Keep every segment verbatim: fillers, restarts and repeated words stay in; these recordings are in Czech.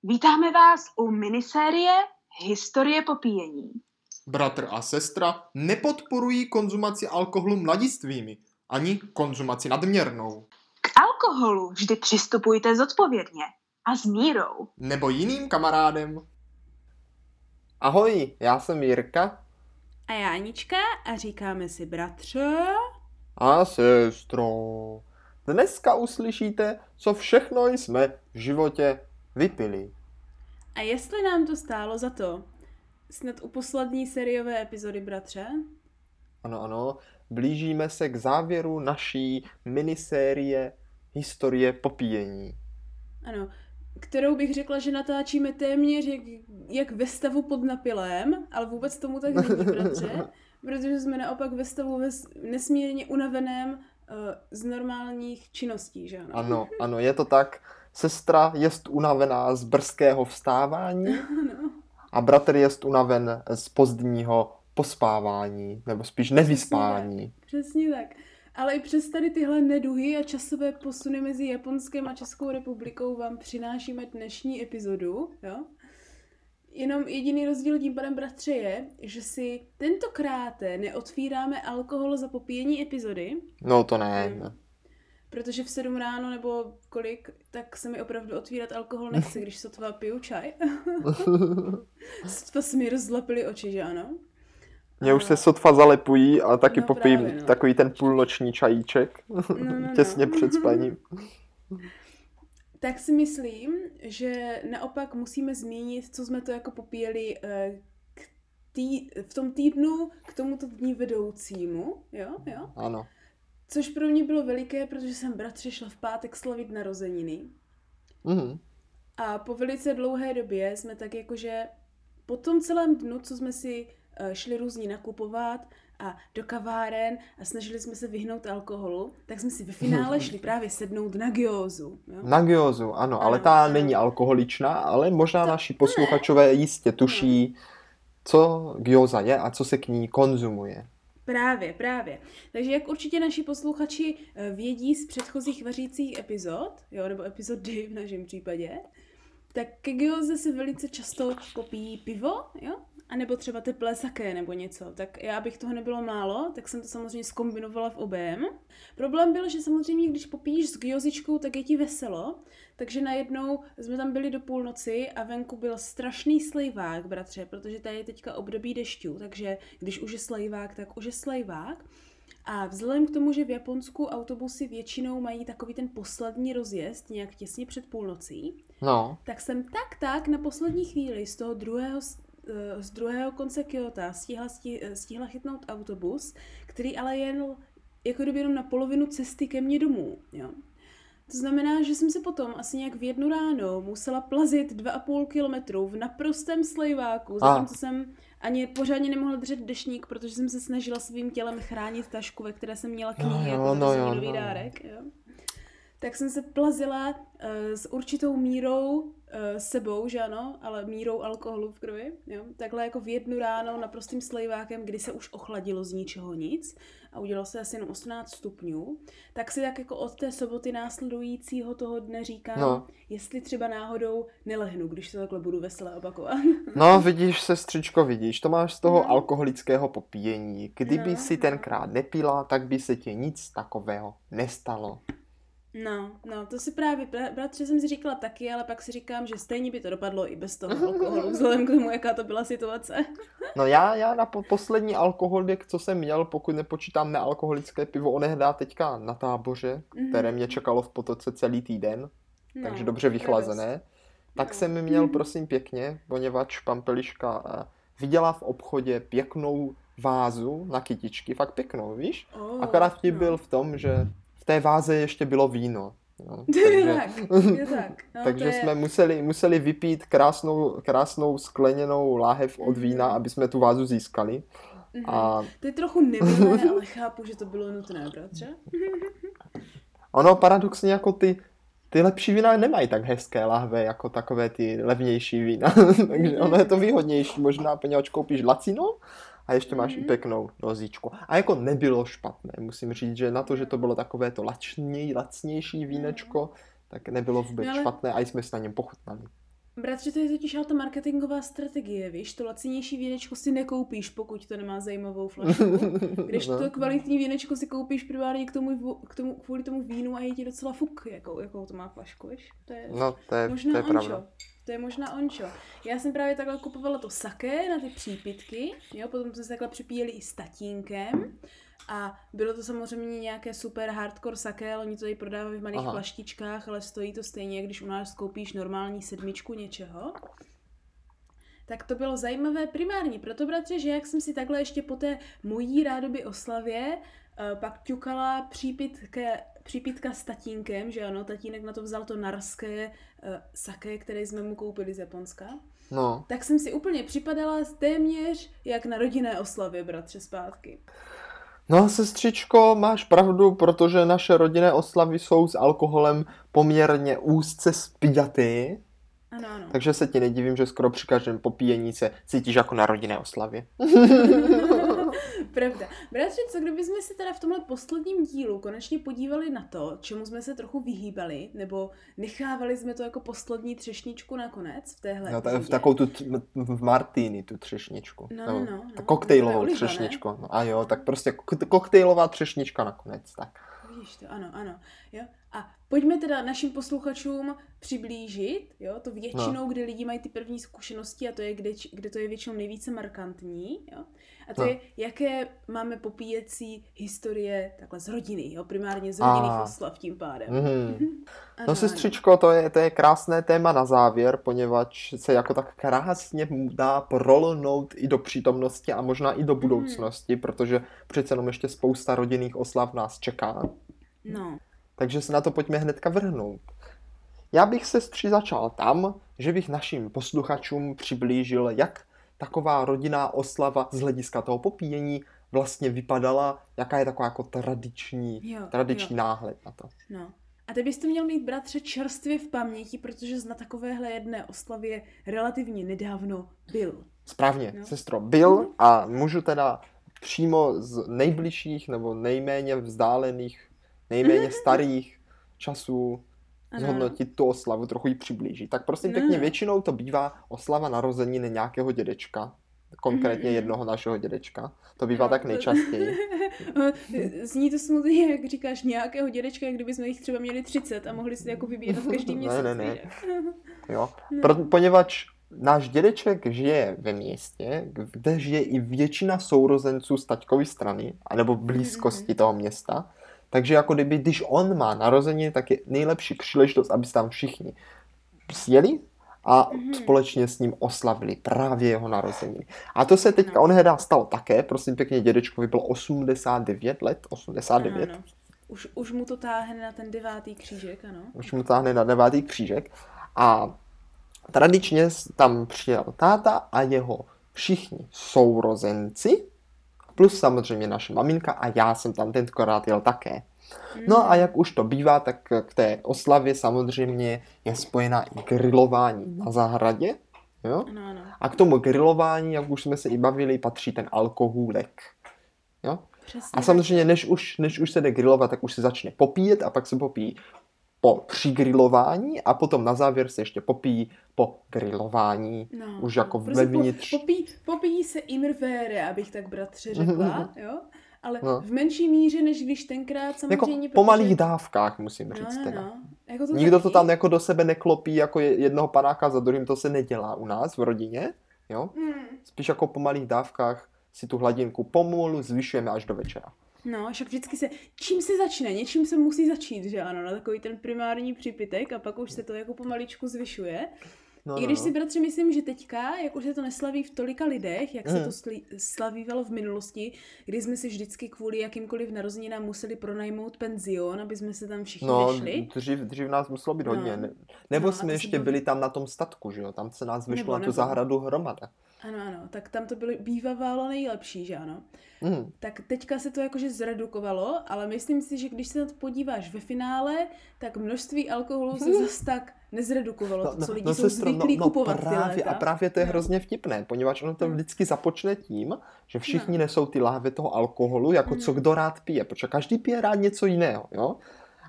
Vítáme vás u minisérie Historie popíjení. Bratr a sestra nepodporují konzumaci alkoholu mladistvými, ani konzumaci nadměrnou. K alkoholu vždy přistupujte zodpovědně a s mírou. Nebo jiným kamarádem. Ahoj, já jsem Jirka. A já Anička a říkáme si bratře A sestro. Dneska uslyšíte, co všechno jsme v životě vypili. A jestli nám to stálo za to, snad u poslední sériové epizody, bratře? Ano, ano, blížíme se k závěru naší minisérie Historie popíjení. Ano, kterou bych řekla, že natáčíme téměř jak, jak ve stavu pod napilem, ale vůbec tomu tak není, bratře, protože jsme naopak ve stavu ves, nesmírně unaveném uh, z normálních činností, že ano? Ano, ano, je to tak. Sestra jest unavená z brzkého vstávání Ano. a bratr jest unaven z pozdního pospávání, nebo spíš nevyspání. Přesně tak, přesně tak. Ale i přes tady tyhle neduhy a časové posuny mezi Japonskem a Českou republikou vám přinášíme dnešní epizodu, jo? Jenom jediný rozdíl tím pádem, bratře, je, že si tentokrát neotvíráme alkohol za popíjení epizody. No to ne. Hmm. Protože v sedm ráno nebo kolik, tak se mi opravdu otvírat alkohol nechce, když sotva piju čaj. Sotva se mi rozlepily oči, že ano? Mně už se sotva zalepují a taky No popijím právě, no. takový ten půlnoční čajíček No, no, no. těsně před spaním. Tak si myslím, že naopak musíme zmínit, co jsme to jako popíjeli eh, k tý, v tom týdnu k tomuto dní vedoucímu, jo, jo? Ano. Což pro mě bylo veliké, protože jsem bratře šla v pátek slavit narozeniny. Mhm. A po velice dlouhé době jsme tak jakože po tom celém dnu, co jsme si eh, šli různě nakupovat a do kaváren a snažili jsme se vyhnout alkoholu, tak jsme si ve finále šli právě sednout na gyózu. Jo? Na gyózu, ano, ale Ano, ta ano. není alkoholičná, ale možná To- naši posluchačové jistě tuší, co gyóza je a co se k ní konzumuje. Právě, právě. Takže jak určitě naši posluchači eh, vědí z předchozích vařících epizod, jo, nebo epizody v našem případě, tak ke gyoze se velice často popíjí pivo, jo, a nebo třeba teplé saké nebo něco. Tak já bych toho nebylo málo, tak jsem to samozřejmě zkombinovala v obém. Problém byl, že samozřejmě, když popíjíš s gyozičkou, tak je ti veselo, takže najednou jsme tam byli do půlnoci a venku byl strašný slejvák, bratře, protože tady je teďka období dešťů, takže když už je slejvák, tak už je slejvák. A vzhledem k tomu, že v Japonsku autobusy většinou mají takový ten poslední rozjezd nějak těsně před půlnocí, No, tak jsem tak tak na poslední chvíli z toho druhého, eh, z druhého konce Kyoto stihla, sti- eh, stihla chytnout autobus, který ale jel jako kdyby jenom na polovinu cesty ke mně domů. Jo. To znamená, že jsem se potom asi nějak v jednu ráno musela plazit dva a půl kilometru v naprostém slejváku, zatímco jsem ani pořádně nemohla držet deštník, protože jsem se snažila svým tělem chránit tašku, ve které jsem měla knihy No jo, jako no jo, narozeninový no. dárek. Jo. Tak jsem se plazila uh, s určitou mírou uh, sebou, že ano, ale mírou alkoholu v krvi, jo. Takhle jako v jednu ráno naprostým slejvákem, kdy se už ochladilo z ničeho nic a udělalo se asi jenom osmnáct stupňů, tak si tak jako od té soboty následujícího toho dne říkám, No. jestli třeba náhodou nelehnu, když to takhle budu veselé opakovat. no vidíš, sestřičko, vidíš, to máš z toho No. alkoholického popíjení. Kdyby No, si no. tenkrát nepila, tak by se ti nic takového nestalo. No, no, to si právě, bra- bratře, jsem si říkala taky, ale pak si říkám, že stejně by to dopadlo i bez toho alkoholu, vzhledem k tomu, jaká to byla situace. No já, já na po- poslední alkoholik, co jsem měl, pokud nepočítám nealkoholické pivo, onehdá teďka na táboře, Mhm. které mě čekalo v potoce celý týden, No, takže dobře vychlazené, tak No. jsem měl prosím pěkně, poněvadž Pampeliška eh, viděla v obchodě pěknou vázu na kytičky, fakt pěknou, víš? Oh, Akorát vtip no. byl v tom, že v té váze ještě bylo víno. Jo? Je Takže, tak, je tak. No, takže to je... jsme museli, museli vypít krásnou, krásnou skleněnou láhev od vína, aby jsme tu vázu získali. Mhm. A To je trochu nevinné, ale chápu, že to bylo nutné, bratře. ono paradoxně jako ty, ty lepší vína nemají tak hezké lahve jako takové ty levnější vína. Takže ono je to výhodnější, možná poněvadž koupíš lacino a ještě máš i pěknou dozíčku. A jako nebylo špatné, musím říct, že na to, že to bylo takové to lačněj, lacnější vínečko, tak nebylo vůbec No ale- špatné a i jsme si na něm pochutnali. Bratře, to je totiž ale ta marketingová strategie, víš, to lacinější vínečko si nekoupíš, pokud to nemá zajímavou flašku, když No. to kvalitní vínečko si koupíš primárně k tomu, k tomu, kvůli tomu vínu a je ti docela fuk, jakou, jakou to má flašku, víš, to je No, to je, možná to je ončo. pravda. To je možná ončo. Já jsem právě takhle kupovala to saké na ty přípitky, jo, potom jsme se takhle připíjeli i s tatínkem a bylo to samozřejmě nějaké super hardcore saké, ale oni to tady prodávají v malých Aha. flaštičkách, ale stojí to stejně, když u nás koupíš normální sedmičku něčeho. Tak to bylo zajímavé primárně, proto bratře, že jak jsem si takhle ještě po té mojí rádoby oslavě uh, pak ťukala přípitke, přípitka s tatínkem, že ano, tatínek na to vzal to narské uh, saké, které jsme mu koupili z Japonska, No. tak jsem si úplně připadala téměř jak na rodinné oslavě, bratře, zpátky. No, sestřičko, máš pravdu, protože naše rodinné oslavy jsou s alkoholem poměrně úzce spjaty, Ano, ano. takže se ti nedivím, že skoro při každém popíjení se cítíš jako na rodinné oslavě. Pravda. Bratře, co kdybychom se teda v tomhle posledním dílu konečně podívali na to, čemu jsme se trochu vyhýbali, nebo nechávali jsme to jako poslední třešničku nakonec v téhle No, epizodě? v takovou tu t- v martini, tu třešničku. No, Nebo no, no, ta no. koktejlovou To je oliva, třešničku. No, a jo, tak prostě k- koktejlová třešnička nakonec, tak. Vidíš to, ano, ano. Jo? A pojďme teda našim posluchačům přiblížit, jo, to většinou, no. Kdy lidi mají ty první zkušenosti a to je, kde, kde to je většinou nejvíce markantní, jo. A to No. je, jaké máme popíjecí historie takhle z rodiny, jo, primárně z rodinných A. oslav tím pádem. Mhm. Ano, No sestřičko, to je, to je krásné téma na závěr, poněvadž se jako tak krásně dá prolnout i do přítomnosti a možná i do budoucnosti, protože přece jenom ještě spousta rodinných oslav nás čeká. No. Takže se na to pojďme hnedka vrhnout. Já bych sestři začal tam, že bych našim posluchačům přiblížil, jak taková rodinná oslava z hlediska toho popíjení vlastně vypadala, jaká je taková jako tradiční, Jo, tradiční jo. náhled na to. No. A ty bys to měl mít, bratře, čerstvě v paměti, protože jsi na takovéhle jedné oslavě relativně nedávno byl. Správně, No. sestro, byl a můžu teda přímo z nejbližších nebo nejméně vzdálených, nejméně starých časů Ano, zhodnotit tu oslavu, trochu ji přiblížit. Tak prosím No, pěkně, no. většinou to bývá oslava narozenin nějakého dědečka. Konkrétně Mhm, jednoho našeho dědečka. To bývá No, tak to- nejčastěji. Zní to smutně, jak říkáš nějakého dědečka, jak kdyby jsme jich třeba měli třicet a mohli si jako vybírat každý Ne, měsíc. ne, ne. víš, jak? Jo? No. Pro, poněvadž náš dědeček žije ve městě, kde žije i většina sourozenců z taťkovy strany, anebo v blízkosti toho města. Takže jako kdyby, když on má narozeniny, tak je nejlepší příležitost, aby se tam všichni sjeli a společně s ním oslavili právě jeho narozeniny. A to se teďka No. onhedá stalo také, prosím pěkně, dědečkovi bylo osmdesát devět let, osmdesát devět. Ano, ano. Už, už mu to táhne na ten devátý křížek, ano. Už mu táhne na devátý křížek. A tradičně tam přijel táta a jeho všichni sourozenci, plus samozřejmě naše maminka a já jsem tam tentokrát jel také. No a jak už to bývá, tak k té oslavě samozřejmě je spojená i grilování na zahradě. Jo? Ano, ano. A k tomu grilování, jak už jsme se i bavili, patří ten alkohólek. Jo? Přesně A samozřejmě, než už, než už se jde grilovat, tak už se začne popíjet a pak se popíjí po přigrilování a potom na závěr se ještě popíjí po grilování. No, Už jako prostě vevnitř. Po, popí, popíjí se imrvére, abych tak bratře řekla, jo? Ale No. v menší míře, než když tenkrát Jako samozřejmě, po malých protože- dávkách, musím No, říct no, teda. no. Jako to Nikdo taky. to tam jako do sebe neklopí jako je- jednoho panáka za druhým, to se nedělá u nás v rodině. Jo? Hmm. Spíš jako po malých dávkách si tu hladinku pomalu zvyšujeme až do večera. No, však vždycky se, čím se začne, něčím se musí začít, že ano, na takový ten primární přípitek a pak už se to jako pomaličku zvyšuje. No, I když no, si, no. bratře, myslím, že teďka, jak už se to neslaví v tolika lidech, jak se Mhm. to slí, slavívalo v minulosti, kdy jsme si vždycky kvůli jakýmkoliv narozeninám museli pronajmout penzion, aby jsme se tam všichni No, vešli. dřív, dřív nás muselo být No. hodně. Ne, nebo No, a jsme to ještě se bylo- byli tam na tom statku, že jo? Tam se nás vyšlo Nebo- na tu nebo. zahradu hromada. Ano, ano, tak tam to bylo, bývávalo nejlepší, že ano. Mm. Tak teďka se to jakože zredukovalo, ale myslím si, že když se na to podíváš ve finále, tak množství alkoholu se zas tak nezredukovalo, to, co lidi jsou sestro, zvyklí no, kupovat no ty právě, léta. a právě to je No. hrozně vtipné, poněvadž ono to No. vždycky započne tím, že všichni No. nesou ty láhve toho alkoholu, jako Mm. co kdo rád pije, protože každý pije rád něco jiného, jo?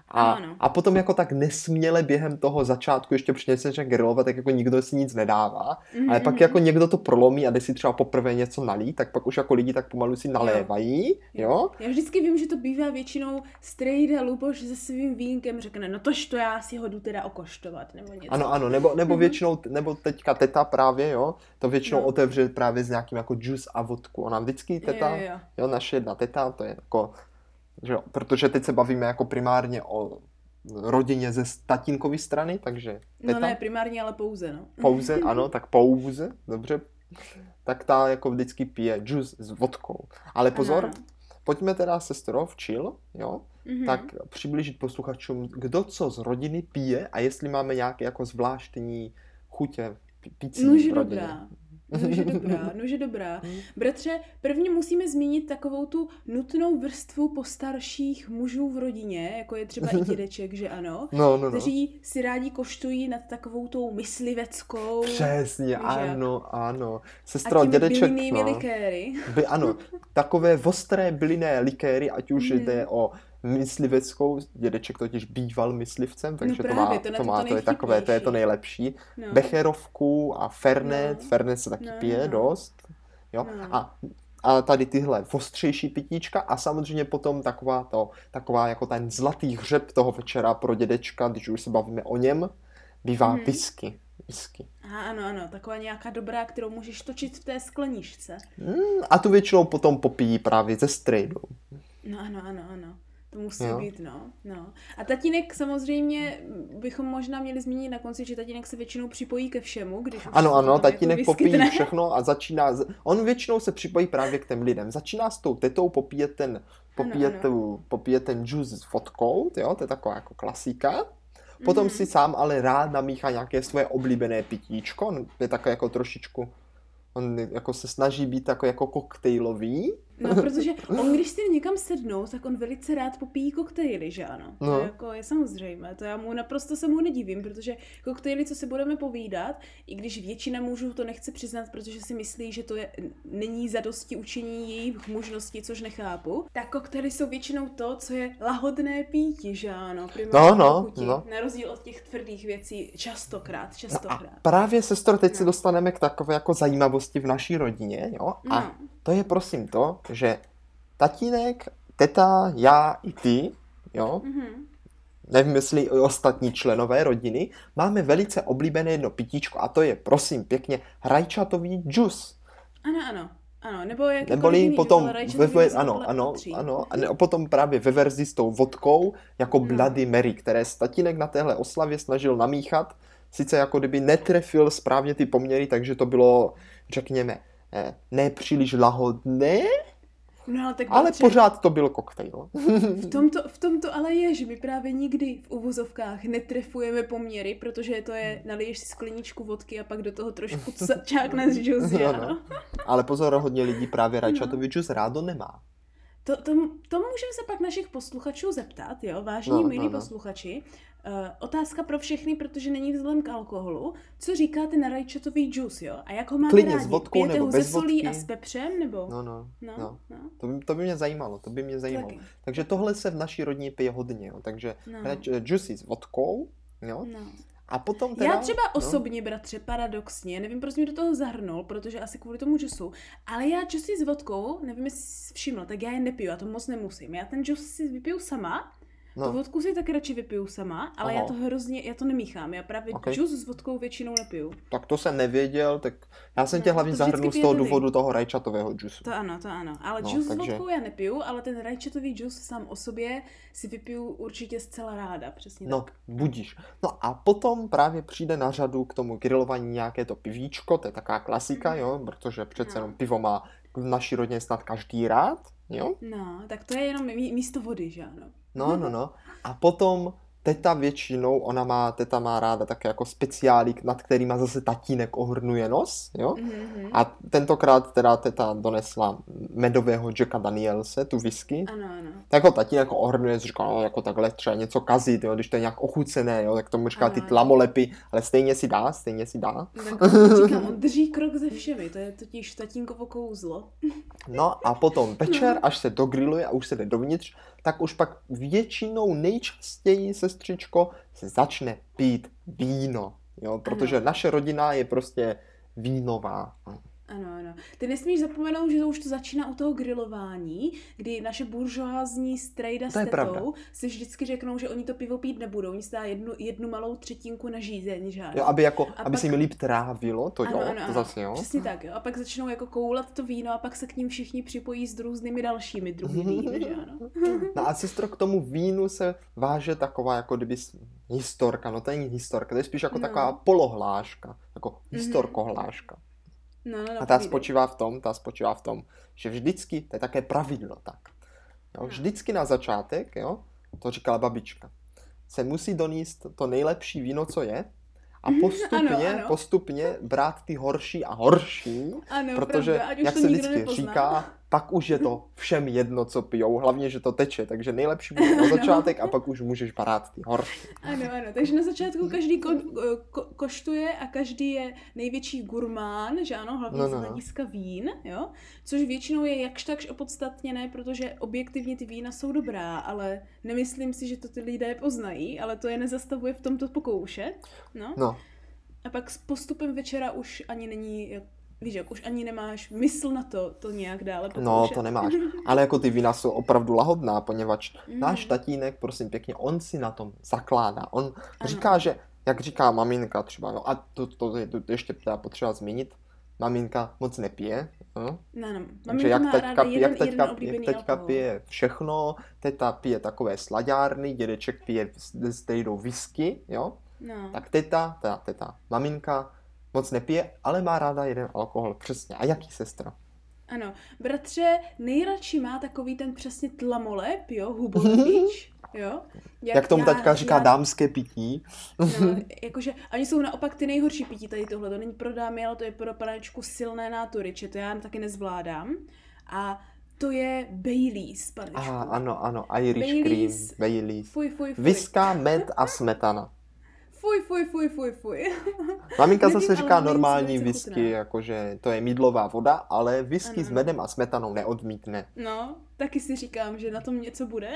A, Ano, ano. a potom jako tak nesměle během toho začátku, ještě při se začne grilovat, tak jako nikdo si nic nedává. Mhm, Ale pak mhm. jako někdo to prolomí a jde si třeba poprvé něco nalít, tak pak už jako lidi tak pomalu si nalévají, jo. Já vždycky vím, že to bývá většinou strejda Luboš se svým vínkem řekne, no tož to já si ho jdu teda okoštovat, nebo něco. Ano, ano, nebo, nebo Mhm. většinou, nebo teďka teta právě, jo, to většinou No. otevře právě s nějakým jako juice a vodku. Ona vždycky teta, Jo, jo, jo. jo, naše jedna teta, to je jako, že jo, protože teď se bavíme jako primárně o rodině ze tatínkové strany, takže teta, No ne, primárně, ale pouze, no. pouze, ano, tak pouze, dobře, tak ta jako vždycky pije juice s vodkou. Ale pozor, Ano. pojďme teda, sestro, v chill, jo, Mhm. tak přiblížit posluchačům, kdo co z rodiny pije a jestli máme nějaké jako zvláštní chutě pi- picí Nože v rodině. dobrá. Nože dobrá, nože dobrá. Bratře, prvně musíme zmínit takovou tu nutnou vrstvu postarších mužů v rodině, jako je třeba i dědeček, že ano, No, no, no. kteří si rádi koštují nad takovou tou mysliveckou Přesně, Víš jak. ano, ano. a Sestro, těmi dědeček, bylinnými no. likéry. By, ano, takové ostré bylinné likéry, ať už Mhm. jde o mysliveckou, dědeček totiž býval myslivcem, takže to právě, má, to na to, to má, to to je takové, to je to nejlepší. No. Becherovku a Fernet, No. Fernet se taky No, pije no. dost, jo, No. a, a tady tyhle ostřejší pitíčka a samozřejmě potom taková to, taková jako ten zlatý hřeb toho večera pro dědečka, když už se bavíme o něm, bývá Mhm. whisky. Whisky. Aha, ano, ano, taková nějaká dobrá, kterou můžeš točit v té skleničce. Mm, a tu většinou potom popijí právě ze strejdou. No ano, ano, ano. To musí Jo. být, no, no. A tatínek samozřejmě bychom možná měli zmínit na konci, že tatínek se většinou připojí ke všemu, když už Ano, se ano, to tam tatínek jako popíjí vyskytne. všechno a začíná, z- on většinou se připojí právě k těm lidem. Začíná s tou tetou, popíje ten, popíje, ano. tu, popíje ten juice s vodkou, jo, to je taková jako klasika. Potom Mhm. si sám ale rád namíchá nějaké svoje oblíbené pitíčko, on je takové jako trošičku, on jako se snaží být jako, jako koktejlový. No, protože on, když si někam sednou, tak on velice rád popíjí koktejly, že ano? No. To je, jako, je samozřejmé, to já mu naprosto se mu nedivím, protože koktejly, co si budeme povídat, i když většina mužů to nechce přiznat, protože si myslí, že to je, není zadosti učení jejich možností, což nechápu, tak koktejly jsou většinou to, co je lahodné pítí, že ano? Primárně No, no, chuti, no. Na rozdíl od těch tvrdých věcí, častokrát, No a častokrát. právě, sestro, teď se No. dostaneme k takové jako zajímavosti v naší rodině, jo? A No. to je prosím to, že tatínek, teta, já i ty, jo, Mhm. nevím, jestli i ostatní členové rodiny, máme velice oblíbené jedno pitíčko a to je, prosím, pěkně, rajčatový džus. Ano, ano. Ano, nebo jak Neboli potom, ve, ve, ano, ano, ano, ano, a ne, potom právě ve verzi s tou vodkou, jako No. Bloody Mary, které se tatínek na téhle oslavě snažil namíchat, sice jako kdyby netrefil správně ty poměry, takže to bylo, řekněme, eh, ne příliš lahodné, No, ale tak ale bratře, pořád to byl koktejl. v tomto, v tomto ale je, že my právě nikdy v uvozovkách netrefujeme poměry, protože to je, naliješ si skleničku vodky a pak do toho trošku čákneš džus, že Ano. ano? Ale pozor, hodně lidí právě No. rajčatový džus rádo nemá. To, to, to můžeme se pak našich posluchačů zeptat, jo, vážení No, milí no, no. posluchači. Uh, otázka pro všechny, protože není vzhledem k alkoholu. Co říkáte na rajčatový džus, jo? A jak ho máte Klidně rádi? s vodkou Pijete nebo ho bez ze solí vodky? a s pepřem, nebo? No, no, no, no. no. To by, to by mě zajímalo, to by mě zajímalo. Taky. Takže tohle se v naší rodině pije hodně, jo. Takže No. no. džusy s vodkou, jo. no. A potom teda... Já třeba no, osobně, bratře, paradoxně, nevím, proč mě do toho zahrnul, protože asi kvůli tomu džusu, ale já džusy s vodkou, nevím, jestli jsi všiml, tak já je nepiju, já to moc nemusím. Já ten džus si vypiju sama, no. tu vodku si taky radši vypiju sama, ale Aha. já to hrozně, já to nemíchám, já právě Ok. džus s vodkou většinou nepiju. Tak to jsem nevěděl, tak já jsem No, tě hlavně to vždycky zahrnul z toho pijete vy. důvodu toho rajčatového džusu. To ano, to ano, ale No, džus s takže- vodkou já nepiju, ale ten rajčatový džus sám o sobě si vypiju určitě zcela ráda, přesně No, tak. budíš. No a potom právě přijde na řadu k tomu grilování nějaké to pivíčko, to je taková klasika, Mhm. jo, protože přece No. jenom pivo má v naší rodině snad každý rád, jo. No, tak to je jenom mí- místo vody, že ano? No, no, no. A potom teta většinou, ona má, teta má ráda také jako speciálík, nad kterým má zase tatínek ohrnuje nos, jo. Mhm. A tentokrát teda teta donesla medového Jacka Danielse, tu whisky. Ano, ano. jako tatínek jako ohrnuje, říká, no, jako takhle třeba něco kazit, jo, když to je nějak ochucené, jo, tak tomu říká Ano, ty ano. tlamolepy, ale stejně si dá, stejně si dá. Tak on, říkám, on drží krok se všemi, to je totiž tatínkovo kouzlo. No a potom večer, až se dogriluje a už se jde dovnitř, tak už pak většinou nejčastěji, sestřičko, se začne pít víno, jo, protože Ano. naše rodina je prostě vínová. Ano, ano. Ty nesmíš zapomenout, že to už to začíná u toho grilování, kdy naše buržoázní strejda s To je pravda. tetou si vždycky řeknou, že oni to pivo pít nebudou. Oni si dá jednu, jednu malou třetinku na žízeň, že ano? Jo, aby, jako, A aby pak- si mi líp trávilo, to jo, Ano, ano, to ano. zase jo. Přesně tak, jo. A pak začnou jako koulat to víno a pak se k ním všichni připojí s různými dalšími druhy vín, že ano? No a sestro, k tomu vínu se váže taková jako kdyby s- historka, no to není historka, to je spíš jako No. taková polohláška, jako historkohláška. No, no, no, A ta povídej. spočívá v tom, ta spočívá v tom, že vždycky, to je také pravidlo tak, jo, vždycky na začátek, jo, to říkala babička, se musí donést to nejlepší víno, co je, a postupně, Ano, ano. postupně brát ty horší a horší, Ano, protože, pravda, ať už jak to se nikdo vždycky nepozná. říká, pak už je to všem jedno, co pijou, hlavně, že to teče, takže nejlepší bude na začátek a pak už můžeš brát ty horší. Ano, ano, takže na začátku každý ko, ko, koštuje a každý je největší gurmán, že ano, hlavně No, z no, no. hlediska vín, jo, což většinou je jakž takž opodstatněné, protože objektivně ty vína jsou dobrá, ale nemyslím si, že to ty lidé poznají, ale to je nezastavuje v tomto pokoušet, no. No, A pak s postupem večera už ani není, jak, víš, jak už ani nemáš mysl na to, to nějak dále pokoušet. no, to nemáš. Ale jako ty vína jsou opravdu lahodná, poněvadž Mm. náš tatínek, prosím pěkně, on si na tom zakládá. On říká, že, jak říká maminka třeba, jo, a to, to je to ještě teda potřeba zmínit, maminka moc nepije, jo? No, no. Takže Maminka jak má teďka, ráda pí- jeden, jak jeden teďka, jak oblíbený teďka alkohol. pije všechno, teta pije takové slaďárny, dědeček pije s- s tejdou whisky, jo? No. Tak teta, teda teta, maminka moc nepije, ale má ráda jeden alkohol, přesně. A jaký, sestra? Ano, bratře nejradši má takový ten přesně tlamolep, jo, hubolepič, jo. Jak tomu já- taťka říká já- dámské pití. No, jakože, oni jsou naopak ty nejhorší pití tady tohle, to není pro dámy, ale to je pro panečku silné nátury, če to já taky nezvládám. A to je Baileys, panečku. Aha, ano, ano, Irish Baileys. cream, Baileys. Fuj, fuj, fuj. Viska, med a smetana. Fuj, fuj, fuj, fuj, fuj. Maminka Nevím, zase ale říká velice, normální velice whisky, chutná. jakože to je mydlová voda, ale whisky Ano, s ano. medem a smetanou neodmítne. No, taky si říkám, že na tom něco bude.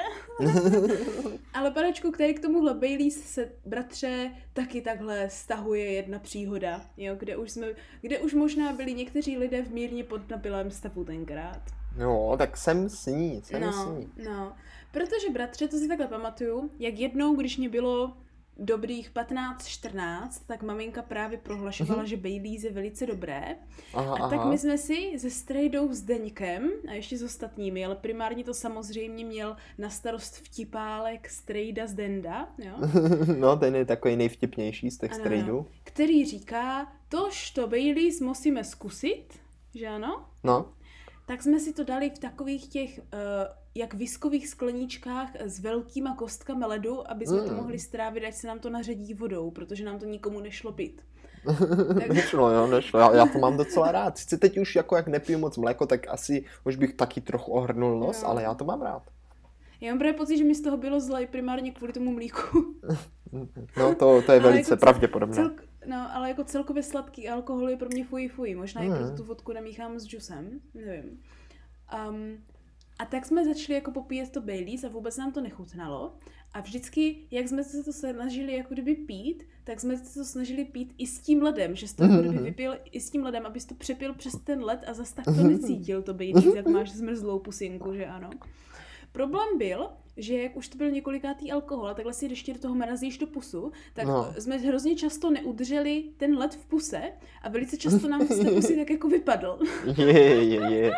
Ale panečku, který k tomuhle Baileys se, bratře, taky takhle stahuje jedna příhoda, jo, kde už jsme, kde už možná byli někteří lidé v mírně podnapilém stavu tenkrát. Jo, tak jsem s ní, jsem s No, ní. no, protože bratře, to si takhle pamatuju, jak jednou, když mě bylo dobrých patnáct čtrnáct, tak maminka právě prohlašovala, že Baileys je velice dobré. Aha, A tak aha. my jsme si se Strejdou s Deňkem a ještě s ostatními, ale primárně to samozřejmě měl na starost vtipálek Strejda z Denda, jo? No, ten je takový nejvtipnější z těch Ano, strejdů. Který říká, tož to Baileys musíme zkusit, že ano? No, Tak jsme si to dali v takových těch, uh, jak viskových skleníčkách s velkýma kostkami ledu, aby jsme Mm. to mohli strávit, ať se nám to naředí vodou, protože nám to nikomu nešlo pít. Tak- nešlo, jo, nešlo. Já, já to mám docela rád. Sice teď už jako jak nepiju moc mléko, tak asi už bych taky trochu ohrnul nos, No. ale já to mám rád. Já mám právě pocit, že mi z toho bylo zle primárně kvůli tomu mlíku. No, to, to je Ale velice jako pravděpodobné. Celk, no, ale jako celkově sladký alkohol je pro mě fuj fuj. Možná i Hmm. proto tu vodku nemíchám s džusem, nevím. Um, a tak jsme začali jako popíjet to Baileys a vůbec nám to nechutnalo. A vždycky, jak jsme se to snažili jako kdyby pít, tak jsme se to snažili pít i s tím ledem, že jsi to jako kdyby vypil i s tím ledem, abys to přepil přes ten led a zas tak to necítil, to Baileys, jak máš zmrzlou pusinku, že ano. Problém byl, že jak už to byl několikátý alkohol a takhle si ještě do toho mrazíš do pusu, tak No. no. jsme hrozně často neudrželi ten led v puse a velice často nám z té pusy tak jako vypadl. Je, je, je.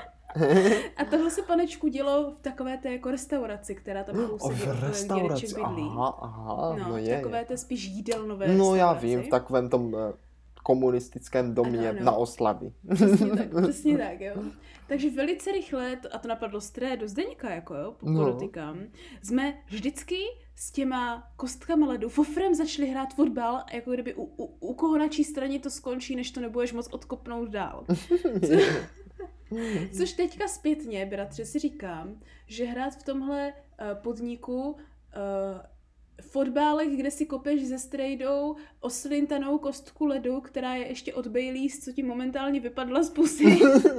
A tohle se panečku dělo v takové té jako restauraci, která tam O, kousek v restauraci, dědeček bydlí. aha, aha, No, no v je. takové té spíš jídelnové No já restauraci. vím, v takovém tom eh, komunistickém domě Ano, ano. na Oslavy. Přesně tak, přesně tak, jo. Takže velice rychle, to- a to napadlo Strédu Zdeňka, jako jo, No. podotýkám, jsme vždycky s těma kostkama ledu fofrem začali hrát fotbal, jako kdyby u, u, u koho na čí straně to skončí, než to nebudeš moc odkopnout dál. Co, Což teďka zpětně, bratře, si říkám, že hrát v tomhle uh, podniku uh, fotbálek, kde si kopeš ze strejdou oslintanou kostku ledu, která je ještě od Baileys, co ti momentálně vypadla z pusy.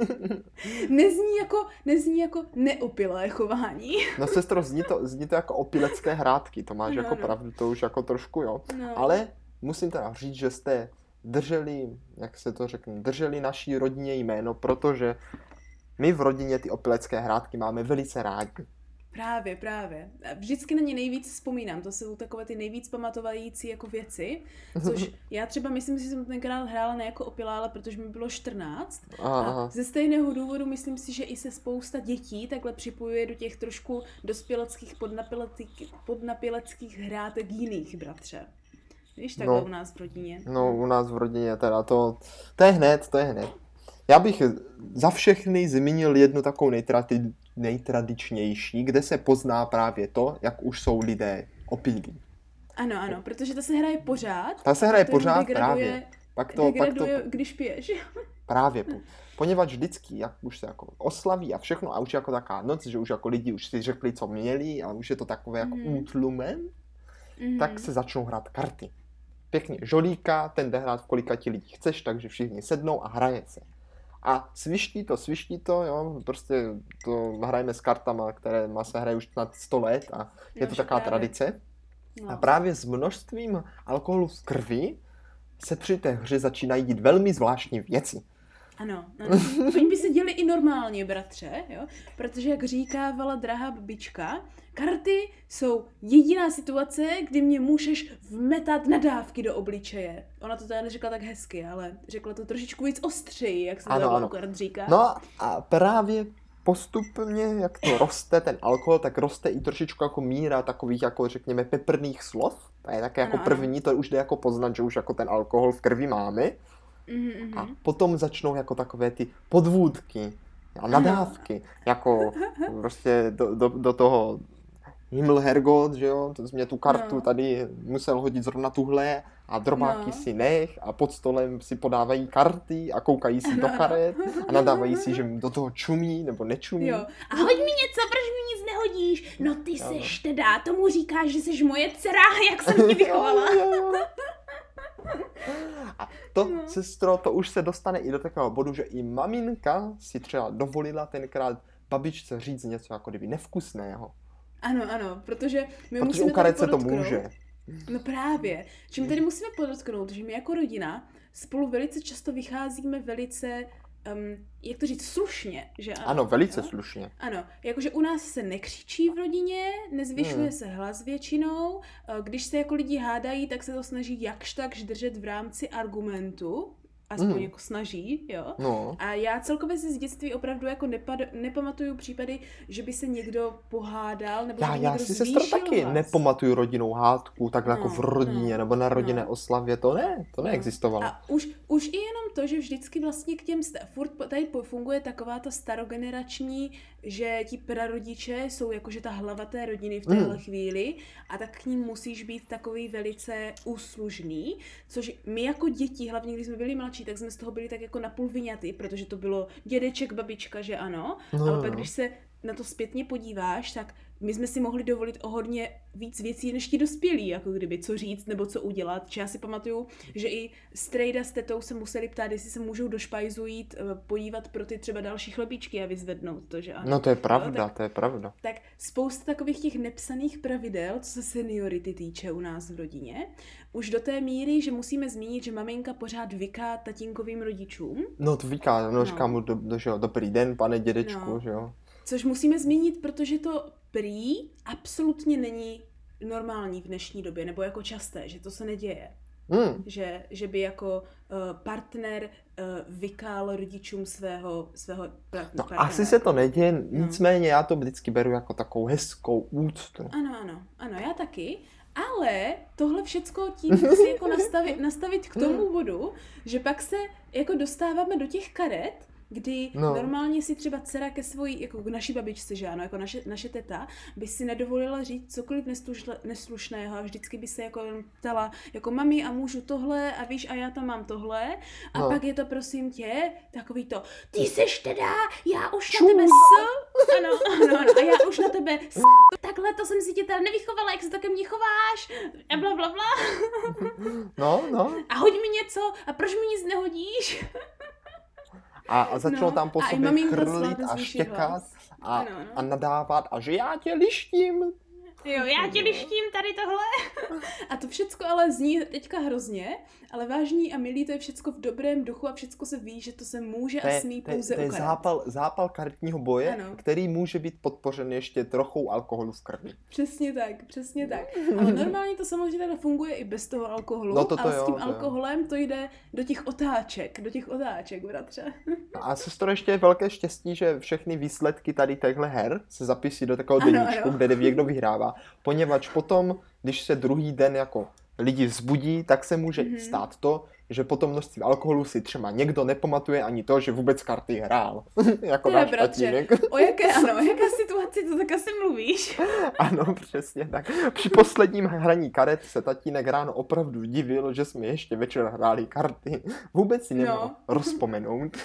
nezní, jako, nezní jako neopilé chování. No sestro, zní to, zní to jako opilecké hrátky, to máš No, jako no. pravdu, to už jako trošku, jo. No. Ale musím teda říct, že jste drželi, jak se to řekne, drželi naší rodině jméno, protože my v rodině ty opilecké hrátky máme velice rádi. Právě, právě. A vždycky na ně nejvíc vzpomínám. To jsou takové ty nejvíc pamatovající jako věci, což já třeba myslím si, že jsem tenkrát hrála ne jako opilála, protože mi bylo čtrnáct. Aha. A ze stejného důvodu myslím si, že i se spousta dětí takhle připojuje do těch trošku dospěleckých podnapileckých, podnapileckých hrátek jiných, bratře. Víš, takhle No. u nás v rodině. No u nás v rodině teda to, to je hned, to je hned. Já bych za všechny zmínil jednu takovou nejtradi- nejtradičnější, kde se pozná právě to, jak už jsou lidé opilí. Ano, ano, protože ta se hraje pořád. Ta se hraje to jenom pořád degraduje- právě. Pak to, pak to Degraduje, když piješ. právě, po- poněvadž vždycky, jak už se jako oslaví a všechno a už jako taká noc, že už jako lidi už si řekli, co měli a už je to takové jako Mhm. útlumen, Mhm. tak se začnou hrát karty. Pěkně žolíka, ten jde hrát v kolika ti lidí chceš, takže všichni sednou a hraje se. A sviští to, sviští to, jo, prostě to hrajeme s kartama, které má se hraje už na sto let a je No, to že taková právě. tradice. No. A právě s množstvím alkoholu v krvi se při té hře začínají dít velmi zvláštní věci. Ano, ano. Oni by se děli i normálně, bratře, jo? Protože jak říkávala drahá babička, karty jsou jediná situace, kdy mě můžeš vmetat nadávky do obličeje. Ona to teda neřekla tak hezky, ale řekla to trošičku víc ostřeji, jak se Ano, to ano. u kart říká. No a právě postupně, jak to roste, ten alkohol, tak roste i trošičku jako míra takových, jako řekněme, peprných slov. To je také jako Ano, ano. první, to už jde jako poznat, že už jako ten alkohol v krvi máme. Mhm, mhm. A potom začnou jako takové ty podvůdky a nadávky, jako prostě do, do, do toho Himmel Hergot, že jo, to jsi mě tu kartu No. tady musel hodit zrovna tuhle a drobáky No. si nech a pod stolem si podávají karty a koukají si do Ano. karet a nadávají si, že do toho čumí nebo nečumí. Jo. A hoď mi něco, proč mi nic nehodíš? No ty Ano. seš teda, tomu říkáš, že seš moje dcera, jak jsem ti vychovala. Jo, jo, jo. A to, No. sestro, to už se dostane i do takového bodu, že i maminka si třeba dovolila tenkrát babičce říct něco jako kdyby nevkusného. Ano, ano, protože my Protože musíme u karet tady se to podotknout- může. No právě. Čím tady musíme podotknout, že my jako rodina spolu velice často vycházíme velice, um, jak to říct, slušně, že ano? Ano, velice jo? slušně. Ano, jakože u nás se nekřičí v rodině, nezvyšuje Hmm. se hlas většinou, eh, když se jako lidi hádají, tak se to snaží jakž takž držet v rámci argumentu, aspoň Hmm. jako snaží, jo? No. A já celkově si z dětství opravdu jako nepad, nepamatuju případy, že by se někdo pohádal, nebo Já, že by já někdo si sestro zvýšil taky hlas. nepamatuju rodinnou hádku, takhle No, jako v rodině, no, nebo na rodinné no. oslavě, to ne, to No. neexistovalo. A už, už i jenom to, že vždycky vlastně k těm, sta- furt po- tady po- funguje taková ta starogenerační, že ti prarodiče jsou jakože ta hlava té rodiny v téhle Mm. chvíli a tak k ním musíš být takový velice úslužný, což my jako děti, hlavně když jsme byli mladší, tak jsme z toho byli tak jako napůl vyňaty, protože to bylo dědeček, babička, že ano, No, ale no, pak no. když se na to zpětně podíváš, tak my jsme si mohli dovolit o hodně víc věcí než ti dospělí, jako kdyby co říct nebo co udělat. Či já si pamatuju, že i strejda s tetou se museli ptát, jestli se můžou do špajzu jít eh, podívat pro ty třeba další chlebíčky a vyzvednout to, že ano. No to je Jo, pravda, tak, to je pravda. tak spousta takových těch nepsaných pravidel, co se seniority týče u nás v rodině, už do té míry, že musíme zmínit, že maminka pořád vyká tatínkovým rodičům, No to říká, no, No. říká mu, do, do, že jo, dobrý den, pane dědečku, No. že jo. což musíme zmínit, protože to prý absolutně není normální v dnešní době, nebo jako časté, že to se neděje. Hmm. Že, že by jako uh, partner uh, vykál rodičům svého, svého pra- No partnera. asi se to neděje, nicméně já to vždycky beru jako takovou hezkou úctu. Ano, ano, ano, já taky. Ale tohle všecko tím chci jako nastavit, nastavit k tomu bodu, že pak se jako dostáváme do těch karet, kdy No. normálně si třeba dcera ke svojí, jako k naší babičce, že ano, jako naše, naše teta, by si nedovolila říct cokoliv neslušle, neslušného a vždycky by se jako jenom ptala, jako mami a můžu tohle a víš a já tam mám tohle a No. pak je to prosím tě, takový to, ty seš teda, já už Čum. na tebe s, ano, ano, ano, a já už na tebe s, takhle to jsem si tě teda nevychovala, jak se to ke mně chováš a bla bla bla No, no. a hoď mi něco a proč mi nic nehodíš? A, a začalo No, tam po a i sobě maminka chrlit zvládne a zvýšit štěkat hlas. a, Ano, ano. a nadávat a že já tě lištím. Jo, já ti lištím tady tohle. A to všecko ale zní teďka hrozně, ale vážní a milí, to je všecko v dobrém duchu a všecko se ví, že to se může To a je, smí to je, pouze to je u karet. zápal, zápal karetního boje, Ano. který může být podpořen ještě trochou alkoholu v krvi. Přesně tak, přesně tak. Ale normálně to samozřejmě takhle funguje i bez toho alkoholu, No to to ale s jo, tím to jo. alkoholem to jde do těch otáček, do těch otáček, bratře. No a sestro, ještě je velké štěstí, že všechny výsledky tady těchto her se zapisí do takového Ano, deníčku, ano. kde neví, kdo vyhrává, poněvadž potom, když se druhý den jako lidi vzbudí, tak se může Mhm. stát to, že po tom množství alkoholu si třeba někdo nepamatuje ani to, že vůbec karty hrál. Jako Teda, náš bratře, tatínek. o jaké, ano, o jaké situaci to tak asi mluvíš? Ano, přesně tak. Při posledním hraní karet se tatínek ráno opravdu divil, že jsme ještě večer hráli karty. Vůbec si nemohl No. rozpomenout.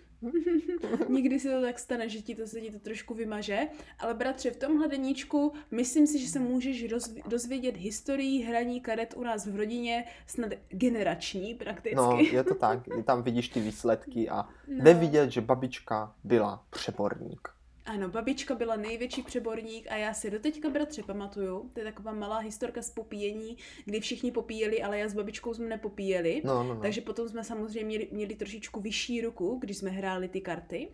Nikdy se to tak stane, že ti to se ti to trošku vymaže, ale bratře, v tomhle deníčku myslím si, že se můžeš rozvi- dozvědět historii hraní karet u nás v rodině, snad generační prakticky. No, je to tak. Tam vidíš ty výsledky a No. jde vidět, že babička byla přeborník. Ano, babička byla největší přeborník a já si doteďka, bratře, pamatuju, to je taková malá historka z popíjení, kdy všichni popíjeli, ale já s babičkou jsme nepopíjeli. No, no, no. Takže potom jsme samozřejmě měli, měli trošičku vyšší ruku, když jsme hráli ty karty.